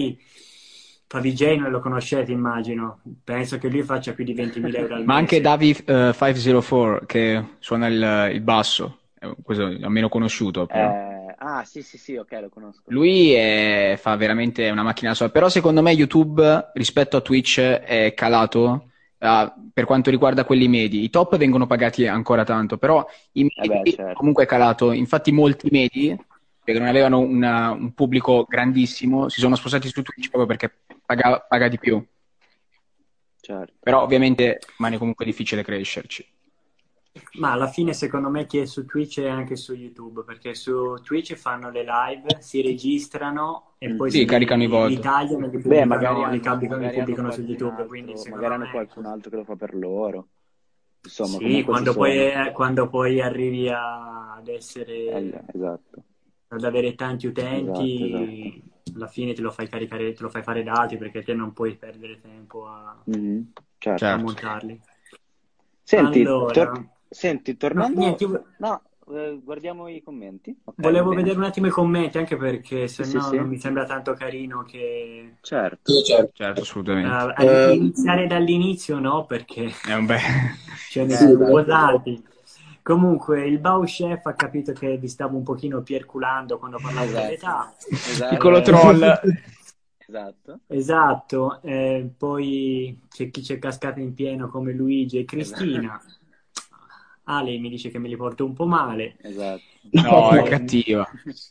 Favij non lo conoscete, immagino. Penso che lui faccia più di 20.000 euro al Ma anche mese. Davi 504 che suona il basso, questo è almeno conosciuto però. Sì, sì, sì, ok, lo conosco. Lui fa veramente una macchina sua, però secondo me YouTube rispetto a Twitch è calato per quanto riguarda quelli medi. I top vengono pagati ancora tanto, però i Beh, medi certo. comunque è calato. Infatti molti medi, che non avevano un pubblico grandissimo, si sono spostati su Twitch proprio perché paga di più. Certo. Però ovviamente rimane comunque difficile crescerci. Ma alla fine, secondo me, chi è su Twitch è anche su YouTube, perché su Twitch fanno le live, si registrano e poi Mhm. Sì, caricano i li VOD. tagliano e li Beh, pubblicano, li magari hanno pubblicano su qualcun YouTube. Quindi, altro, magari secondo hanno me, qualcun altro che lo fa per loro. Insomma, sì, comunque ci sono. quando poi arrivi ad essere, Esatto, ad avere tanti esatto, esatto. utenti, alla fine te lo fai caricare, te lo fai fare da altri perché te non puoi perdere tempo Mhm. a Certo. Certo. montarli. Senti, Allora, no, tornando... niente, io No, guardiamo i commenti. Ok, va volevo bene. vedere un attimo i commenti, anche perché Sì, se sì, no sì. non mi sembra tanto carino che Certo. Sì, certo. Certo, assolutamente. iniziare dall'inizio, no, perché È un bel... ce ne Sì, sono un dai. po' tanti. Comunque, il Bao Chef ha capito che vi stavo un pochino pierculando quando parlavo Esatto. dell'età. Piccolo troll. Esatto. Esatto, poi c'è chi c'è cascato in pieno come Luigi e Cristina. Ale mi dice che me li porto un po' male. Esatto. No, è E cattiva.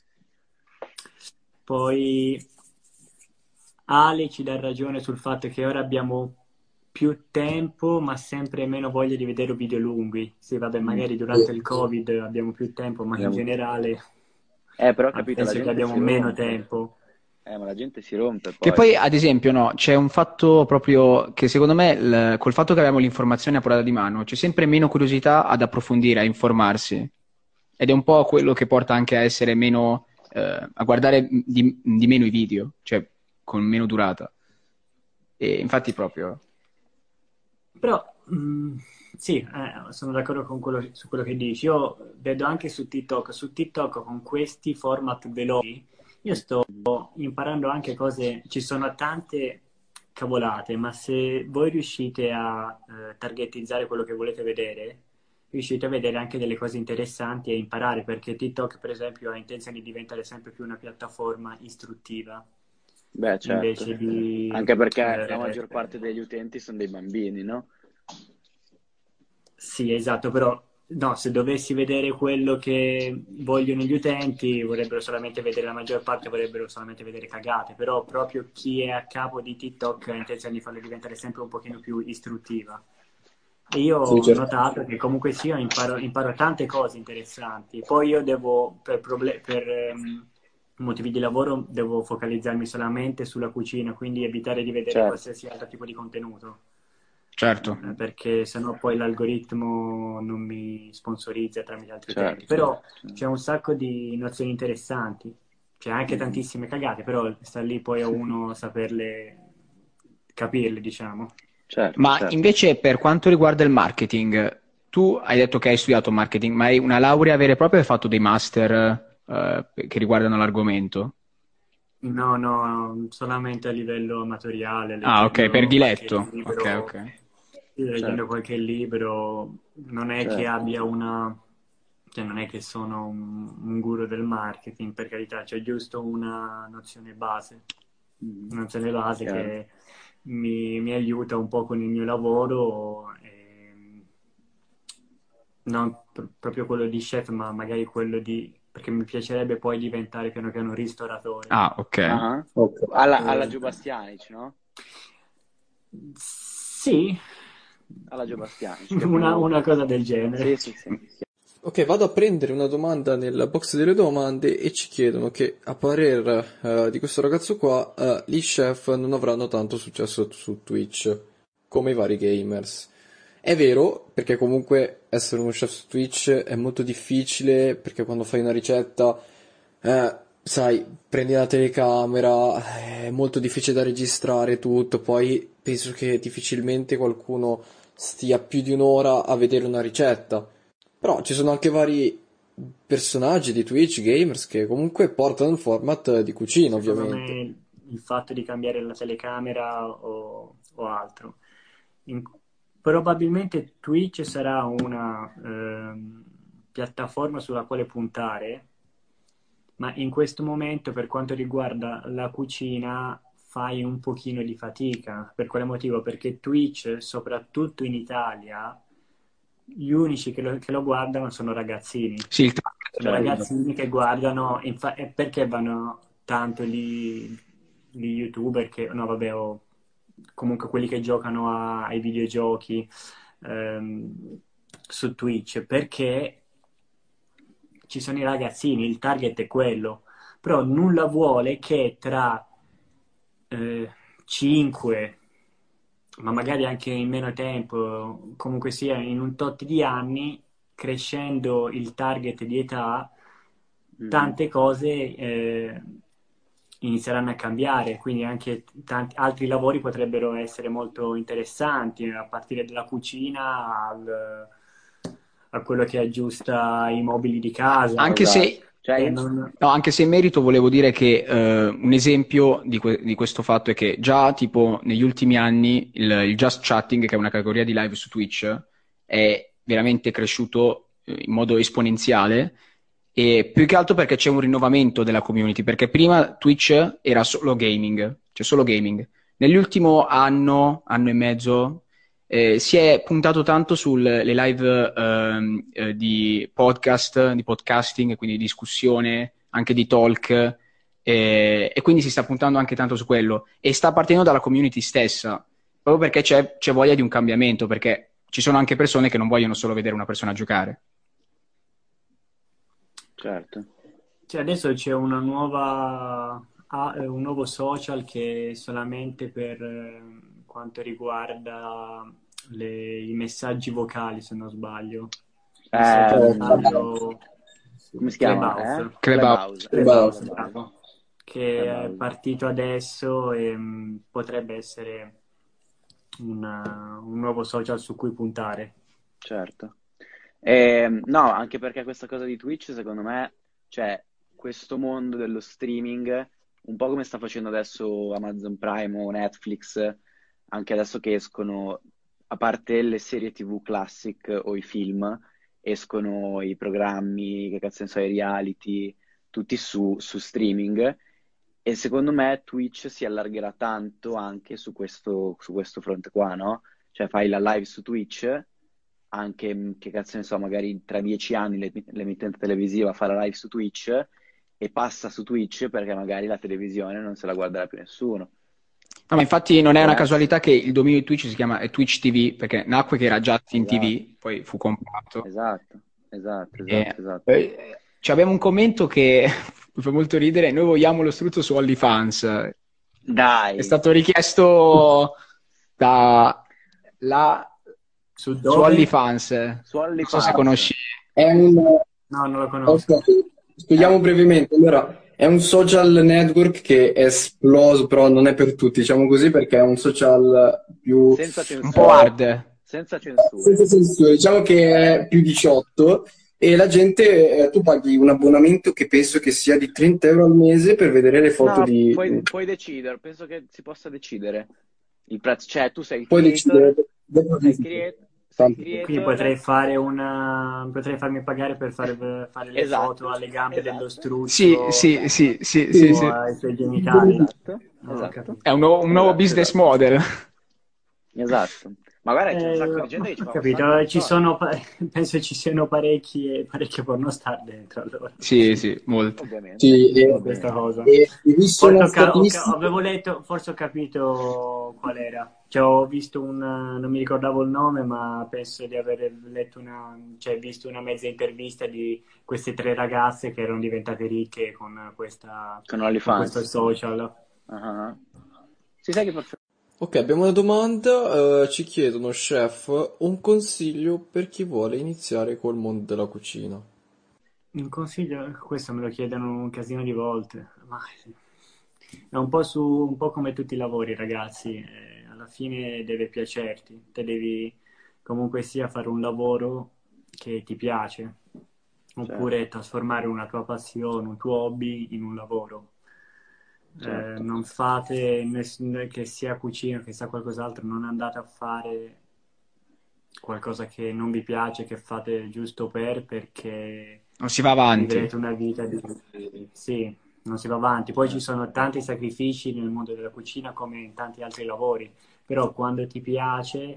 poi Ale ci dà ragione sul fatto che ora abbiamo più tempo, ma sempre meno voglia di vedere video lunghi. Sì, vabbè, magari durante il Covid abbiamo più tempo, ma in Abbiamo- generale Però ho capito, la penso che gente abbiamo si meno rompe. tempo. Ma la gente si rompe Che poi. poi, ad esempio, no, c'è un fatto proprio che secondo me, col fatto che abbiamo l'informazione a portata di mano, c'è sempre meno curiosità ad approfondire, a informarsi. Ed è un po' quello che porta anche a essere meno, a guardare di meno i video, cioè con meno durata. E infatti proprio. Però sì, sono d'accordo su quello che dici. Io vedo anche su TikTok con questi format veloci, io sto imparando anche cose, ci sono tante cavolate, ma se voi riuscite a targetizzare quello che volete vedere, riuscite a vedere anche delle cose interessanti e imparare, perché TikTok, per esempio, ha intenzione di diventare sempre più una piattaforma istruttiva, Beh, certo. invece di... Anche perché la maggior parte degli utenti sono dei bambini, no? Sì, esatto, però no, se dovessi vedere quello che vogliono gli utenti, vorrebbero solamente vedere, la maggior parte vorrebbero solamente vedere cagate, però proprio chi è a capo di TikTok ha intenzione di farlo diventare sempre un pochino più istruttiva. E io Sì, ho certo. notato che comunque sia imparo tante cose interessanti. Poi io devo, per motivi di lavoro, devo focalizzarmi solamente sulla cucina, quindi evitare di vedere Certo. qualsiasi altro tipo di contenuto. Certo. Perché sennò poi l'algoritmo non mi sponsorizza tramite altri Certo, utenti. Però certo. c'è un sacco di nozioni interessanti, c'è anche tantissime cagate, però sta lì poi a uno saperle, capirle, diciamo. Certo, Ma certo. invece per quanto riguarda il marketing, tu hai detto che hai studiato marketing, ma hai una laurea vera e propria o hai fatto dei master che riguardano l'argomento? No, no, solamente a livello amatoriale, Ah, ok, per leggendo qualche diletto. Ok, libro, ok. leggendo Certo, qualche libro, non è che certo. abbia una, cioè non è che sono un guru del marketing, per carità, c'è giusto una nozione base, Chiaro. che mi aiuta un po' con il mio lavoro, non proprio quello di chef, ma magari quello di, perché mi piacerebbe poi diventare piano piano un ristoratore. Ah, ok. Ah, Ok. alla Gio Bastianic, no? Sì, Alla Gio Bastianic, che è più... una cosa del genere. Sì, sì, sì. Ok, vado a prendere una domanda nella box delle domande e ci chiedono che a parer di questo ragazzo qua gli chef non avranno tanto successo su Twitch come i vari gamers. È vero, perché comunque essere uno chef su Twitch è molto difficile perché quando fai una ricetta, sai, prendi la telecamera, è molto difficile da registrare tutto, poi penso che difficilmente qualcuno stia più di un'ora a vedere una ricetta. Però ci sono anche vari personaggi di Twitch, gamers, che comunque portano il format di cucina, Secondo ovviamente. me il fatto di cambiare la telecamera o altro. In- probabilmente Twitch sarà una piattaforma sulla quale puntare, ma in questo momento per quanto riguarda la cucina fai un pochino di fatica. Per quale motivo? Perché Twitch, soprattutto in Italia, gli unici che lo guardano sono ragazzini. Sì, il target è Sono quello. ragazzini che guardano, e perché vanno tanto gli YouTuber che, no vabbè, o comunque quelli che giocano ai videogiochi su Twitch? Perché ci sono i ragazzini, il target è quello, però nulla vuole che tra 5, ma magari anche in meno tempo, comunque sia in un tot di anni, crescendo il target di età, tante cose inizieranno a cambiare, quindi anche tanti altri lavori potrebbero essere molto interessanti, a partire dalla cucina a quello che aggiusta i mobili di casa. Anche Esatto. se, Cioè, no, anche se in merito volevo dire che un esempio di questo fatto è che già tipo negli ultimi anni il just chatting, che è una categoria di live su Twitch, è veramente cresciuto in modo esponenziale e più che altro perché c'è un rinnovamento della community, perché prima Twitch era solo gaming, cioè solo gaming. Nell'ultimo anno, anno e mezzo, si è puntato tanto sulle live di podcast, di podcasting, quindi di discussione, anche di talk, e quindi si sta puntando anche tanto su quello. E sta partendo dalla community stessa, proprio perché c'è voglia di un cambiamento, perché ci sono anche persone che non vogliono solo vedere una persona giocare. Certo. Cioè, adesso c'è una un nuovo social che è solamente per quanto riguarda i messaggi vocali, se non sbaglio. Come si chiama? Clubhouse. Clubhouse. Clubhouse, bravo. Che è Clubhouse. partito adesso e potrebbe essere un nuovo social su cui puntare. Certo. No, anche perché questa cosa di Twitch, secondo me, cioè, questo mondo dello streaming, un po' come sta facendo adesso Amazon Prime o Netflix, anche adesso che escono, a parte le serie TV classic o i film, escono i programmi, che cazzo ne so, i reality, tutti su streaming. E secondo me Twitch si allargherà tanto anche su questo fronte qua, no? Cioè fai la live su Twitch, anche, che cazzo ne so, magari tra 10 anni l'emittente televisiva fa la live su Twitch e passa su Twitch perché magari la televisione non se la guarderà più nessuno. No, ma infatti non è Può una essere. casualità che il dominio di Twitch si chiama Twitch TV, perché nacque che era già in Esatto. TV, poi fu comprato. Esatto. Abbiamo un commento che mi fa molto ridere. Noi vogliamo lo struzzo su OnlyFans. Dai. È stato richiesto Su su OnlyFans. Su Non OnlyFans. so se conosci. È un... No, non lo conosco. Spieghiamo brevemente. Allora, è un social network che è esploso, però non è per tutti, diciamo così, perché è un social più... Senza censura. Un po' hard. Senza censura. Senza censura, diciamo che è più 18 e la gente, tu paghi un abbonamento che penso che sia di 30 euro al mese per vedere le foto No, di... puoi decidere, penso che si possa decidere il prezzo, cioè tu sei il Poi creator, decidere... sei Quindi creator. potrei farmi pagare per fare le Esatto, foto alle gambe esatto. dello struzzo Sì. o ai suoi genitali. Esatto, No, esatto. capito. È un nuovo Esatto, business esatto. model. Esatto. Ma guarda, c'è un sacco di gente che ci fa un capito, sacco di soldi. penso ci siano parecchie pornostar dentro allora. Sì, molto. Ovviamente. Sì, Questa cosa. e visto una Forse statistica... avevo letto, forse ho capito qual era. Cioè, ho visto non mi ricordavo il nome, ma penso di aver letto visto una mezza intervista di queste 3 ragazze che erano diventate ricche con Con OnlyFans. questo social. Ah. Si sa che forse... Ok, abbiamo una domanda. Ci chiedono, chef, un consiglio per chi vuole iniziare col mondo della cucina. Un consiglio, questo me lo chiedono un casino di volte, ma è un po' come tutti i lavori, ragazzi. Alla fine deve piacerti, te devi comunque sia fare un lavoro che ti piace, oppure trasformare una tua passione, un tuo hobby in un lavoro. Certo. Non fate, che sia cucina, che sia qualcos'altro, non andate a fare qualcosa che non vi piace, che fate giusto perché Non si va avanti. vivrete una vita sì, non si va avanti. Poi ci sono tanti sacrifici nel mondo della cucina come in tanti altri lavori, però quando ti piace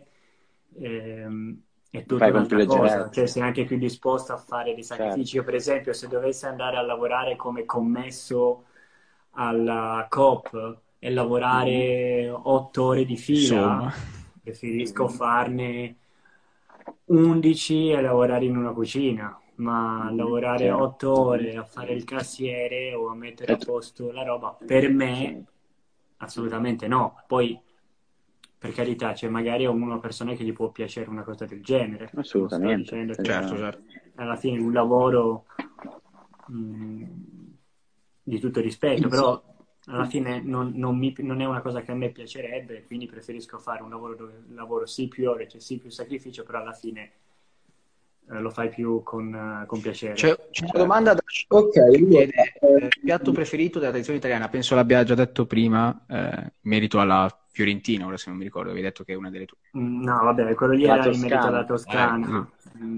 è tutta Fai con un'altra più cosa, leggerezza. cioè sei anche più disposto a fare dei sacrifici. Io per esempio se dovessi andare a lavorare come commesso alla Coop e lavorare 8 ore di fila, Insomma. preferisco farne 11 e lavorare in una cucina, ma lavorare 8 ore a fare il cassiere o a mettere a posto la roba, per me assolutamente no. Poi per carità, c'è magari una persona che gli può piacere una cosa del genere. Assolutamente. Non sto dicendo che Certo. alla fine un lavoro di tutto rispetto, però alla fine non è una cosa che a me piacerebbe, quindi preferisco fare un lavoro dove lavoro sì più ore, c'è sì più sacrificio, però alla fine lo fai più con piacere. C'è una domanda da Ok, chiede piatto preferito della tradizione italiana, penso l'abbia già detto prima, in merito alla Fiorentina, ora se non mi ricordo, avevi detto che è una delle tue. No, vabbè, quello lì La era in merito Toscana. alla Toscana.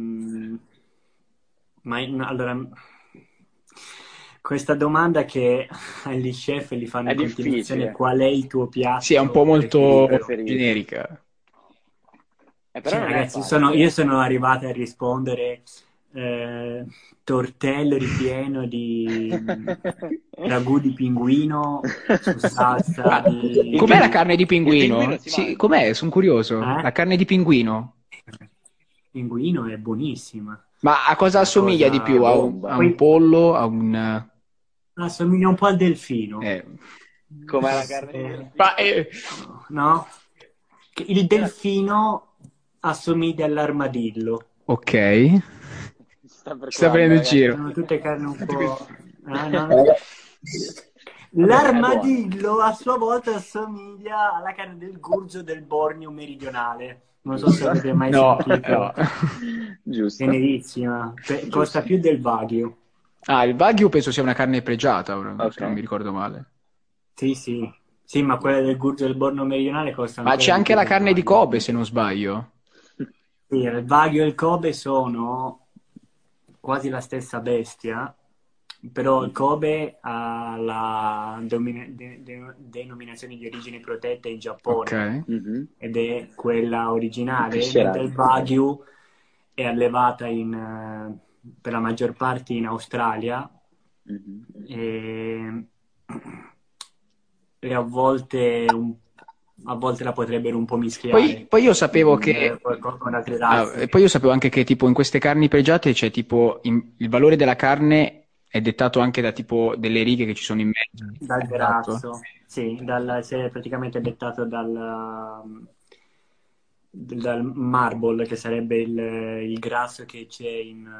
Ma allora, questa domanda che agli chef li fanno È in continuazione, difficile. qual è il tuo piatto Sì, è un po' molto preferito? generica. Però Sì, non è ragazzi, facile. io sono arrivato a rispondere eh, tortello ripieno di ragù di pinguino su salsa Ma Il, com'è la di... carne di il pinguino pinguino? si Sì, mangia. com'è? Sono curioso. Eh? La carne di pinguino. Pinguino è buonissima. Ma a cosa Una assomiglia di cosa... più? Bomba. A un Poi pollo? A un... assomiglia un po' al delfino. eh. Com'è la carne di Ma, delfino? No? Che il Io la- delfino assomiglia all'armadillo. ok. Si sta per Ci sta quando, prendendo in ragazzi. giro. Sono tutte carni un po'... no? Ragazzi, Vabbè, è buono. L'armadillo a sua volta assomiglia alla carne del gurgio del Borneo meridionale. Non so se Giusto? avete mai No, sentito. no. Giusto. Tenerissima. Costa più del Wagyu. Ah, il Wagyu penso sia una carne pregiata, ora, Ok. se non mi ricordo male. Sì, sì. Sì, ma quella del gurgio del Borneo meridionale costa Ma ancora c'è di anche più la del carne di Wagyu. Kobe, se non sbaglio. Sì, il Wagyu e il Kobe sono quasi la stessa bestia, però il Kobe ha la denominazione di origine protetta in Ok. Giappone Mhm. ed è quella originale, mentre il Viscerale. Wagyu è allevata per la maggior parte in Australia Mhm. e a volte la potrebbero un po' Poi, mischiare poi io sapevo che... con altre E razze. poi io sapevo anche che tipo in queste carni pregiate c'è tipo il valore della carne è dettato anche da tipo delle righe che ci sono in mezzo. Dal Esatto. grasso, sì, se è praticamente dettato dal marble, che sarebbe il grasso che c'è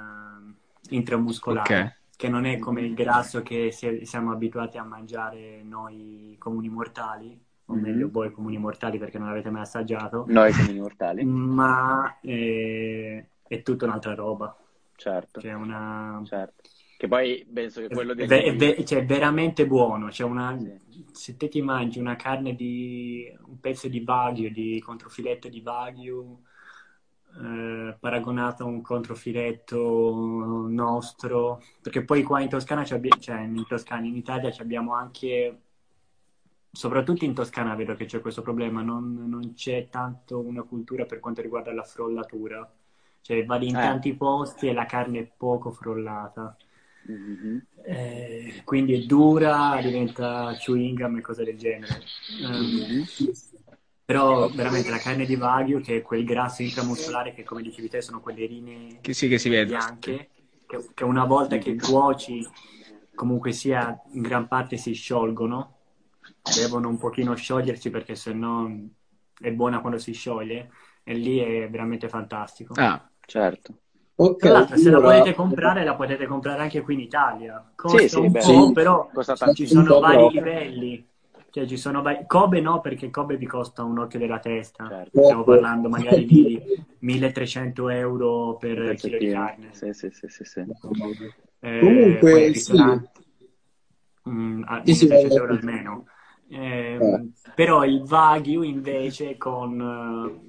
Ok. intramuscolare, che non è come il grasso che siamo abituati a mangiare noi comuni mortali, o meglio Mhm. voi comuni mortali perché non l'avete mai assaggiato, Noi comuni mortali. ma è tutta un'altra roba. Certo, C'è una... certo. Che poi penso che quello cioè, è veramente buono. Sì. Se te ti mangi una carne di un pezzo di Wagyu, di controfiletto di Wagyu, paragonato a un controfiletto nostro, perché poi qua in Toscana, cioè in Toscana, in Italia abbiamo anche, soprattutto in Toscana vedo che c'è questo problema, non c'è tanto una cultura per quanto riguarda la frollatura. Cioè, vadi in tanti posti e la carne è poco frollata. Mhm. Quindi è dura, diventa chewing gum e cose del genere. Mhm. Però veramente la carne di Wagyu, che è quel grasso intramuscolare che come dicevi te sono quelle linee Che sì, che si vede. bianche, che una volta che cuoci comunque sia in gran parte si sciolgono, devono un pochino sciogliersi perché sennò è buona quando si scioglie e lì è veramente fantastico. Ah, Certo. ok, Tra l'altro, se la allora... volete comprare, la potete comprare anche qui in Italia. Sì, Costa sì, un beh, po', Sì, però costa ci un sono tantissimo. po' vari però. livelli. Cioè, ci sono Kobe no, perché Kobe vi costa un occhio della testa. Certo. Stiamo Ecco. parlando magari di 1.300 € Un per chilo di pezzettino. carne. Sì, sì, sì, sì, sì. Poi al Comunque, sì. ristorante a Sì, sì, 1.300 € almeno. eh, Però il Wagyu invece con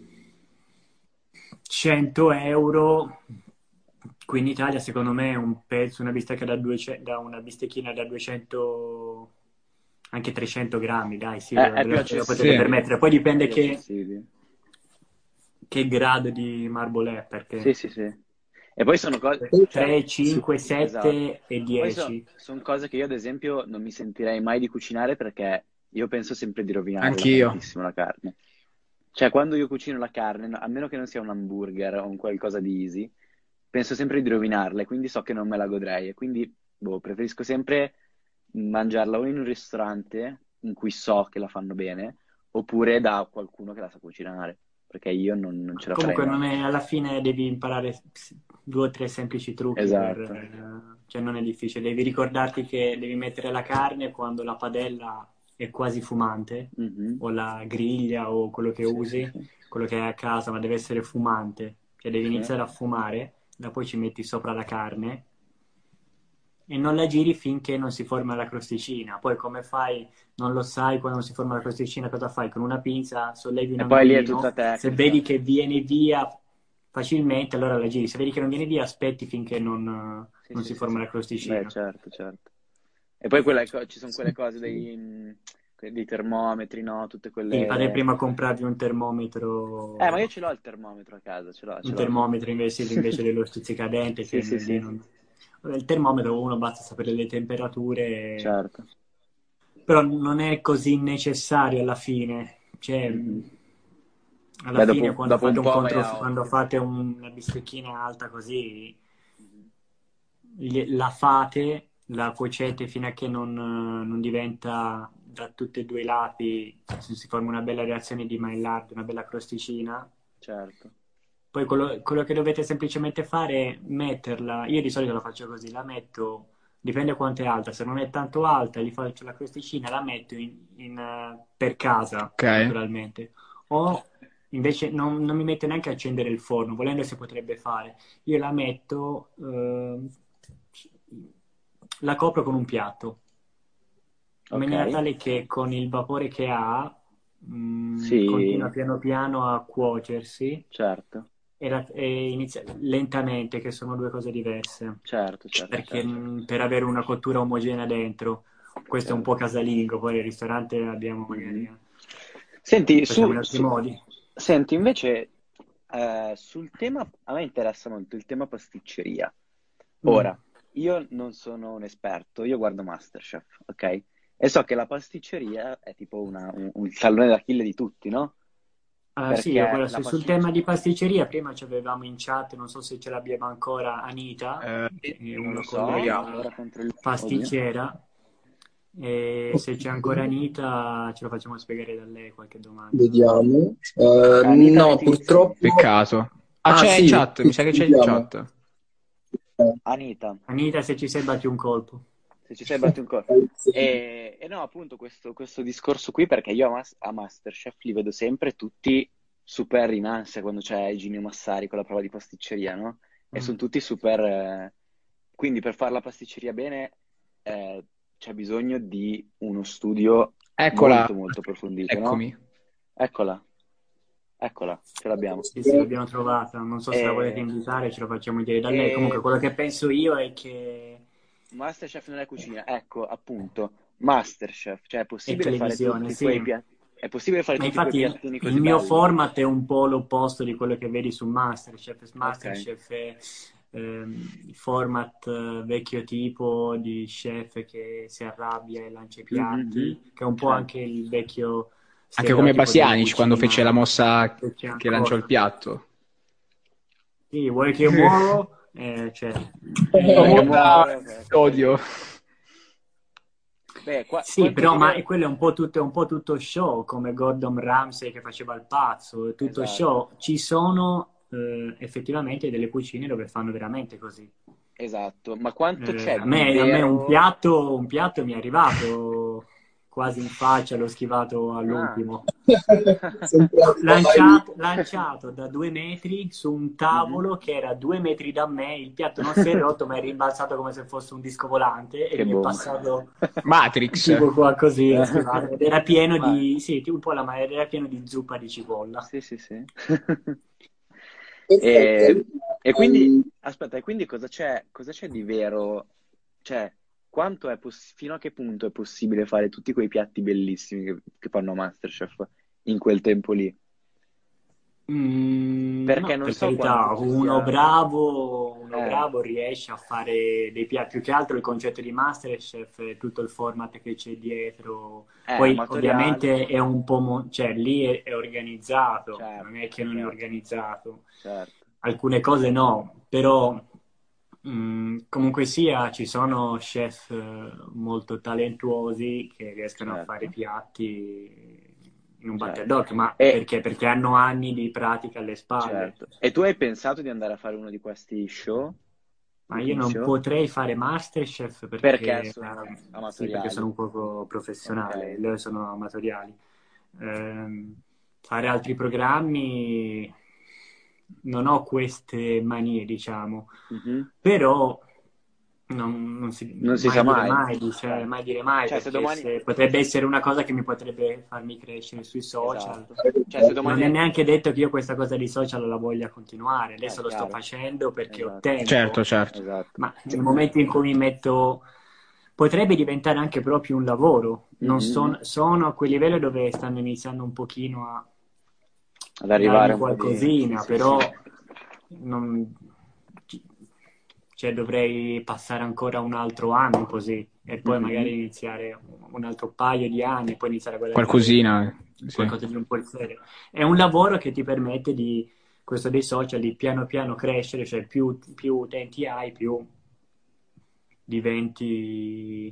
100 € qui in Italia secondo me un pezzo, una bistecca da una bistecchina da 200 anche 300 grammi, dai, sì, È più ve lo potete sì. accessibile. permettere. Poi dipende Più accessibile. che grado di marble è, Sì, perché sì, sì. E poi sono cose... Cioè, 3, 5, esatto. 7 e Poi 10. sono cose che io, ad esempio, non mi sentirei mai di cucinare perché io penso sempre di rovinarla anch'io. tantissimo la carne. Cioè, quando io cucino la carne, a meno che non sia un hamburger o un qualcosa di easy, penso sempre di rovinarla e quindi so che non me la godrei. E quindi, boh, preferisco sempre mangiarla o in un ristorante in cui so che la fanno bene, oppure da qualcuno che la sa cucinare, perché io non ce la farei Comunque mai. non è, alla fine devi imparare 2 o 3 semplici trucchi Esatto. cioè non è difficile. Devi ricordarti che devi mettere la carne quando la padella è quasi fumante, Mhm. o la griglia o quello che Sì, sì, usi, sì. quello che hai a casa, ma deve essere fumante. Cioè devi Sì. iniziare a fumare, da poi ci metti sopra la carne e non la giri finché non si forma la crosticina. Poi come fai? Non lo sai quando si forma la crosticina, cosa fai? Con una pinza sollevi un E poi lì è tutta angolino, se tecnica. vedi che viene via facilmente, allora la giri. Se vedi che non viene via, aspetti finché Sì, non sì, si sì, forma sì. la Beh, crosticina. certo, certo. E poi ci sono quelle cose Dei termometri, no? Tutte Sì, fate quelle... prima comprarvi un termometro, Ma io ce l'ho il termometro a casa, ce l'ho, ce un l'ho. termometro invece dello stuzzicadente, Sì, che sì, lì sì, non... Il termometro uno basta sapere le temperature, certo. però non è così necessario alla fine. Cioè, Mhm. alla Beh, fine quando dopo un fate po' vai a quando occhio. fate una bistecchina alta così, Mhm. la fate, la cuocete fino a che non diventa da tutti e due i lati, si forma una bella reazione di Maillard, una bella crosticina. Certo. Poi quello che dovete semplicemente fare è metterla, io di solito la faccio così, la metto, dipende quanto è alta, se non è tanto alta, gli faccio la crosticina, la metto per casa, Ok. naturalmente. O invece non mi metto neanche a accendere il forno, volendo si potrebbe fare. Io la metto, la copro con un piatto, in Ok. maniera tale che con il vapore che ha, continua Sì, piano piano a cuocersi certo. e inizia lentamente, che sono due cose diverse, Certo, certo, perché certo. per avere una cottura omogenea dentro, questo è un po' Certo. casalingo, poi al ristorante abbiamo magari, Mhm. Senti, facciamo in altri modi. senti, invece, sul tema, a me interessa molto il tema pasticceria. Mm. Ora, io non sono un esperto, io guardo MasterChef, ok? E so che la pasticceria è tipo un tallone d'Achille di tutti, no? Sì, io Perché guarda, la sul tema di pasticceria, prima ci avevamo in chat, non so se ce l'abbiamo ancora, Anita, che è non lo una so, collega ora controllo. Oddio. pasticcera, e se c'è ancora Anita ce lo facciamo spiegare da lei qualche domanda. Vediamo. Anita No, Letizia. purtroppo. Peccato. Ah, Ah, c'è in sì, chat, sì, mi sa ci che c'è in sentiamo. chat. Anita. Anita, se ci sei, batti un colpo. Se ci sei battuto un po'. Sì. E no, appunto, questo discorso qui, perché io a Masterchef li vedo sempre tutti super in ansia quando c'è Eugenio Massari con la prova di pasticceria, no? E Mm. sono tutti super... Quindi per fare la pasticceria bene c'è bisogno di uno studio Eccola. molto molto approfondito, no? Eccomi. Eccola, eccola, ce l'abbiamo. Sì, sì, l'abbiamo trovata. Non so se la volete E, invitare, ce lo facciamo dire da lei. Comunque, e quello che penso io è che Masterchef non è cucina, ecco, appunto, Masterchef, cioè è è possibile fare televisione, tutti sì. quei piatti, è possibile fare Ma tutti quei infatti piattini il così mio belli? format è un po' l'opposto di quello che vedi su Masterchef. Ok. Masterchef è il format vecchio tipo di chef che si arrabbia e lancia i Mhm. piatti, che è un po' Certo. anche il vecchio Anche come stereotipo della Bastianic quando fece la cucina mossa che c'è che lanciò il ancora. piatto. Sì, vuoi che muovo? Cioè, Vuoi che Famosa muoio? episodio. Beh, sì, quanto però video... quello è un po' tutto show, come Gordon Ramsay che faceva il pazzo, è tutto Esatto, show. Ci sono effettivamente delle cucine dove fanno veramente così. esatto, ma quanto c'è di A me vero... un piatto mi è arrivato quasi in faccia, l'ho schivato Ah. all'ultimo. Sempre vai. Lanciato da 2 metri su un Mhm. tavolo che era 2 metri da me, il piatto non si è rotto, ma è rimbalzato come se fosse un disco volante e Che mi è bomba. passato Matrix. tipo qua così, è schivato. Ed era pieno Ma di, sì, tipo un po' ma era pieno di zuppa di cipolla. sì, sì, sì. Perfetto. E, e quindi, Hai- aspetta, e quindi cosa c'è di vero? Cioè, quanto fino a che punto è possibile fare tutti quei piatti bellissimi che fanno a MasterChef in quel tempo lì? Perché No, non per so quanto carità, ci sia... uno bravo riesce a fare dei piatti. Più che altro il concetto di MasterChef è tutto il format che c'è dietro. Poi amatoriale, ovviamente è un po', cioè lì è organizzato, non certo, è che non è certo, organizzato. certo, Alcune cose no, però comunque sia ci sono chef molto talentuosi che riescono a fare certo, piatti in un batter certo. dog, ma E, perché? Perché hanno anni di pratica alle spalle. certo. E tu hai pensato di andare a fare uno di questi show? Ma io Cooking non show? potrei fare Masterchef Perché perché, sono sì, perché sono amatoriali. un poco Ok. professionale, loro sono amatoriali. Fare altri programmi non ho queste manie, diciamo, Mhm. però non Non si sa mai. mai dire mai, Cioè, se perché domani... potrebbe essere una cosa che mi potrebbe farmi crescere sui social. Esatto. Cioè, se Non domani... è neanche detto che io questa cosa di social la voglia continuare, adesso lo sto Chiaro. facendo perché ho Esatto. Certo, tempo, certo. Esatto. ma nel momento in cui mi metto potrebbe diventare anche proprio un lavoro. Non Mhm. sono a quel livello dove stanno iniziando un pochino Ad arrivare dargli un po' di... qualcosina, Sì, sì, però sì. non- cioè, dovrei passare ancora un altro anno così e poi magari Mhm. iniziare un altro paio di anni e poi iniziare a guadagnare Qualcosina, sì. qualcosa di un po' serio. È un lavoro che ti permette di, questo dei social, di piano piano crescere, cioè più utenti hai, più diventi,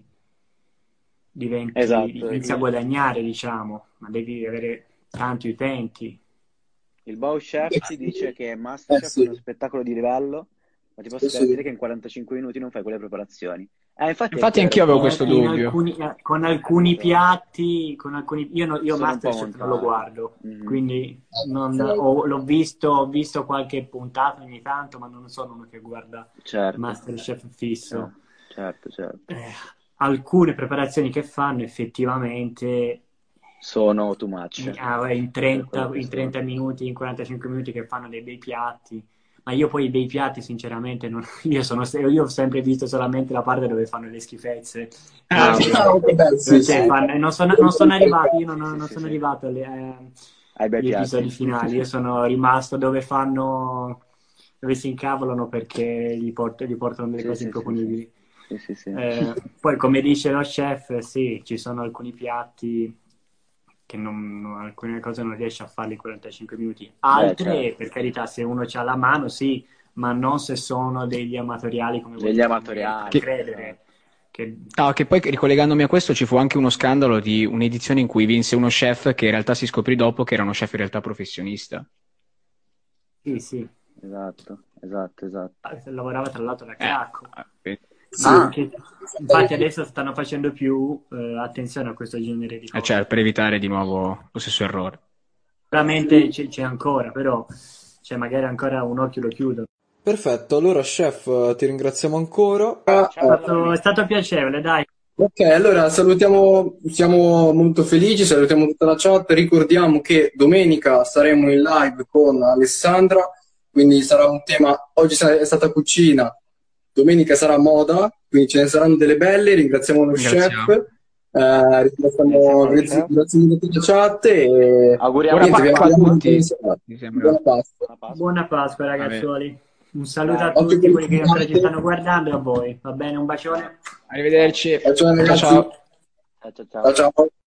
Esatto. inizi a guadagnare, diciamo, ma devi avere tanti utenti. Il Bow Chef ti dice che Masterchef è Sì, uno spettacolo di livello, ma ti posso sì, sì. garantire che in 45 minuti non fai quelle preparazioni. Infatti è Infatti vero anch'io avevo che, questo dubbio. Con alcuni capito, piatti, io, io sono un po' Masterchef non lo montati. guardo, Mhm. quindi Sì. ho visto qualche puntata ogni tanto, ma non sono uno che guarda Certo, Masterchef fisso. certo, certo, certo. Eh, alcune preparazioni che fanno effettivamente Sono too much in per quello 30, che in sono. 30 minuti, in 45 minuti che fanno dei bei piatti. Ma io poi i bei piatti, sinceramente, io ho sempre visto solamente la parte dove fanno le schifezze, Ah, dove, ok. Ok, beh, sì, cioè, sì. non sono arrivato, Sì, non sì, sono sì. arrivato Hai bei agli piatti. episodi finali, io sono rimasto dove si incavolano perché gli portano delle Sì, cose sì, sì, sì. improponibili. Sì, sì, sì. Poi, come dice lo chef, sì, ci sono alcuni piatti che alcune cose non riesce a farli in 45 minuti. Certo. Altre, per carità, se uno c'ha la mano, sì, ma non se sono degli amatoriali come Degli vogliono magari far amatoriali, Che, credere. esatto. Che... che poi ricollegandomi a questo ci fu anche uno scandalo di un'edizione in cui vinse uno chef che in realtà si scoprì dopo che era uno chef in realtà professionista. Sì, sì. Esatto, esatto, esatto. Lavorava tra l'altro da Cracco. Sì. Ma Sì. Ah, anche, infatti adesso stanno facendo più attenzione a questo genere di cose. Certo, per evitare di nuovo lo stesso errore. Sicuramente c'è ancora, però cioè, magari ancora un occhio lo chiudo. Perfetto, allora chef, ti ringraziamo ancora. ciao È Giovanni. stato piacevole, dai. Ok, allora salutiamo, siamo molto felici, salutiamo tutta la chat, ricordiamo che domenica saremo in live con Alessandra, quindi sarà un tema, è stata cucina, domenica sarà moda, quindi ce ne saranno delle belle, ringraziamo lo chef, Ringraziamo. Iniziamo allo chef. grazie mille a tutta la chat e Auguriamo Buona niente, buona vi Pasqua a auguriamo Pasqua. una buona tutti, serata. mi sembra. Buona Pasqua. Buona Pasqua. Buona Pasqua, Vabbè. ragazzuoli. Un saluto a Dai, Occhio tutti per il quelli che ancora ci pulgante. stanno guardando e a voi. Va bene, un ciao. bacione. Ciao. Arrivederci. Ciao Ciao ragazzi, ciao. Ciao, ciao, ciao ciao. ciao.